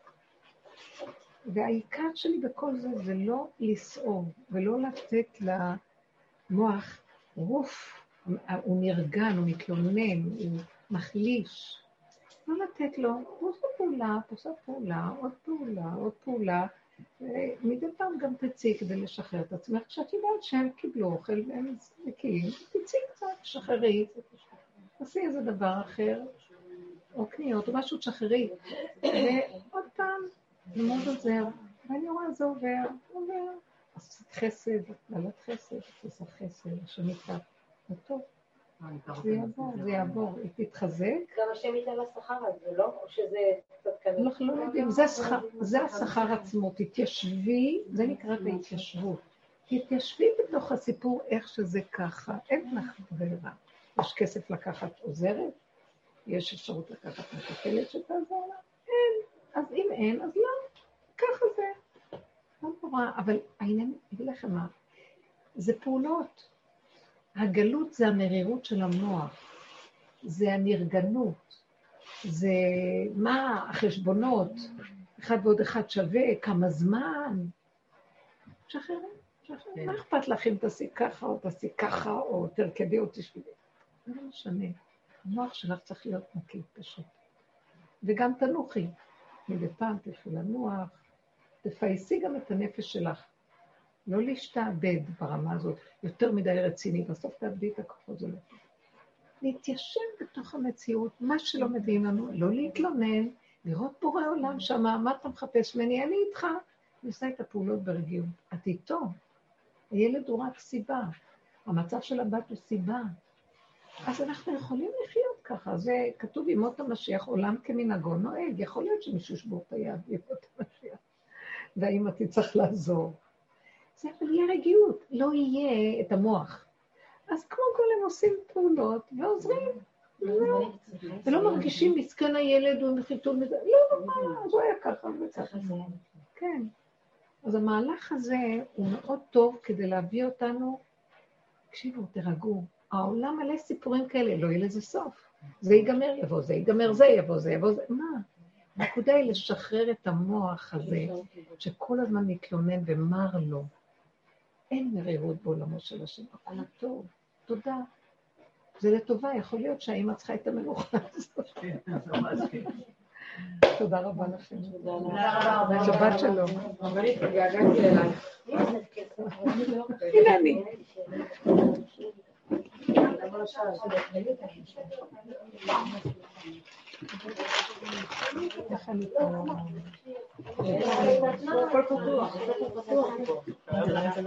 והעיקר שלי בכל זה, זה לא לסעור, ולא לתת למוח רוף, הוא נרגן, הוא מתלונן, הוא מחליש. לא לתת לו, הוא עושה פעולה, עושה פעולה, עוד פעולה, עוד פעולה, ומדי פעם גם תצאי כדי לשחרר את עצמך, כשאת יודעת שהם קיבלו אוכל והם נקיים, תצאי קצת, שחררי, תעשי איזה דבר אחר, או קניות, או משהו תשחררי, ועוד פעם, ללמוד עוזר, ואני רואה זה עובר, עובר, עשית חסד, בעלת חסד, עושה חסד, השם איתה, זה טוב, זה יעבור, זה יעבור, היא תתחזק. גם השם ייתן לשכר הזה, לא? או שזה קצת כזה? אנחנו לא יודעים, זה השכר עצמו, תתיישבי, זה נקרא בהתיישבות, תתיישבי בתוך הסיפור איך שזה ככה, אין לך ברירה, יש כסף לקחת עוזרת, יש אפשרות לקחת מטפלת שתעזור לה, אין. אז אם אין, אז לא, ככה זה. לא נורא, אבל העניין, אגיד לכם מה, זה פעולות. הגלות זה המרירות של המוח, זה הנרגנות, זה מה החשבונות, אחד ועוד אחד שווה, כמה זמן. שחררי, שחררי, מה אכפת לכם, תעשי ככה או תעשי ככה, או תרקדי או תשבי. זה לא משנה. המוח שלך צריך להיות נקי פשוט. וגם תנוחי. מדי פעם תלכי לנוח, תפייסי גם את הנפש שלך. לא להשתעבד ברמה הזאת, יותר מדי רציני, בסוף תעבדי את הכוחות, זה לא טוב. להתיישב בתוך המציאות, מה שלא מביאים לנו, לא להתלונן, לראות בורא עולם שמה, מה אתה מחפש ממני, אני איתך. אני עושה את הפעולות ברגיעות. את איתו. הילד הוא רק סיבה. המצב של הבת הוא סיבה. אז אנחנו יכולים לחיות ככה. זה כתוב ימות המשיח, עולם כמנהגו נוהג. יכול להיות שמישהו שבור את היד ימות המשיח. והאמא תצטרך לעזור. זה אבל יהיה רגיעות. לא יהיה את המוח. אז כמו כל הם עושים פעולות ועוזרים. לא. ולא מרגישים מסכן הילד הוא מחיתול מזה. לא, לא, זה היה ככה וככה. כן. אז המהלך הזה הוא מאוד טוב כדי להביא אותנו, תקשיבו, תרגעו, העולם מלא סיפורים כאלה, לא יהיה לזה סוף. זה ייגמר יבוא, זה ייגמר זה יבוא, זה יבוא זה, מה? הנקודה היא לשחרר את המוח הזה, שכל הזמן מתלונן ומר לו. אין מרירות בעולמו של השם, הכל טוב, תודה. זה לטובה, יכול להיות שהאמא צריכה את המנוחה הזאת. תודה רבה לכם. תודה רבה. שבת שלום. אבל התגעגעתי אלייך. הנה אני. איך אני פה? הכל פתוח, הכל פתוח פה.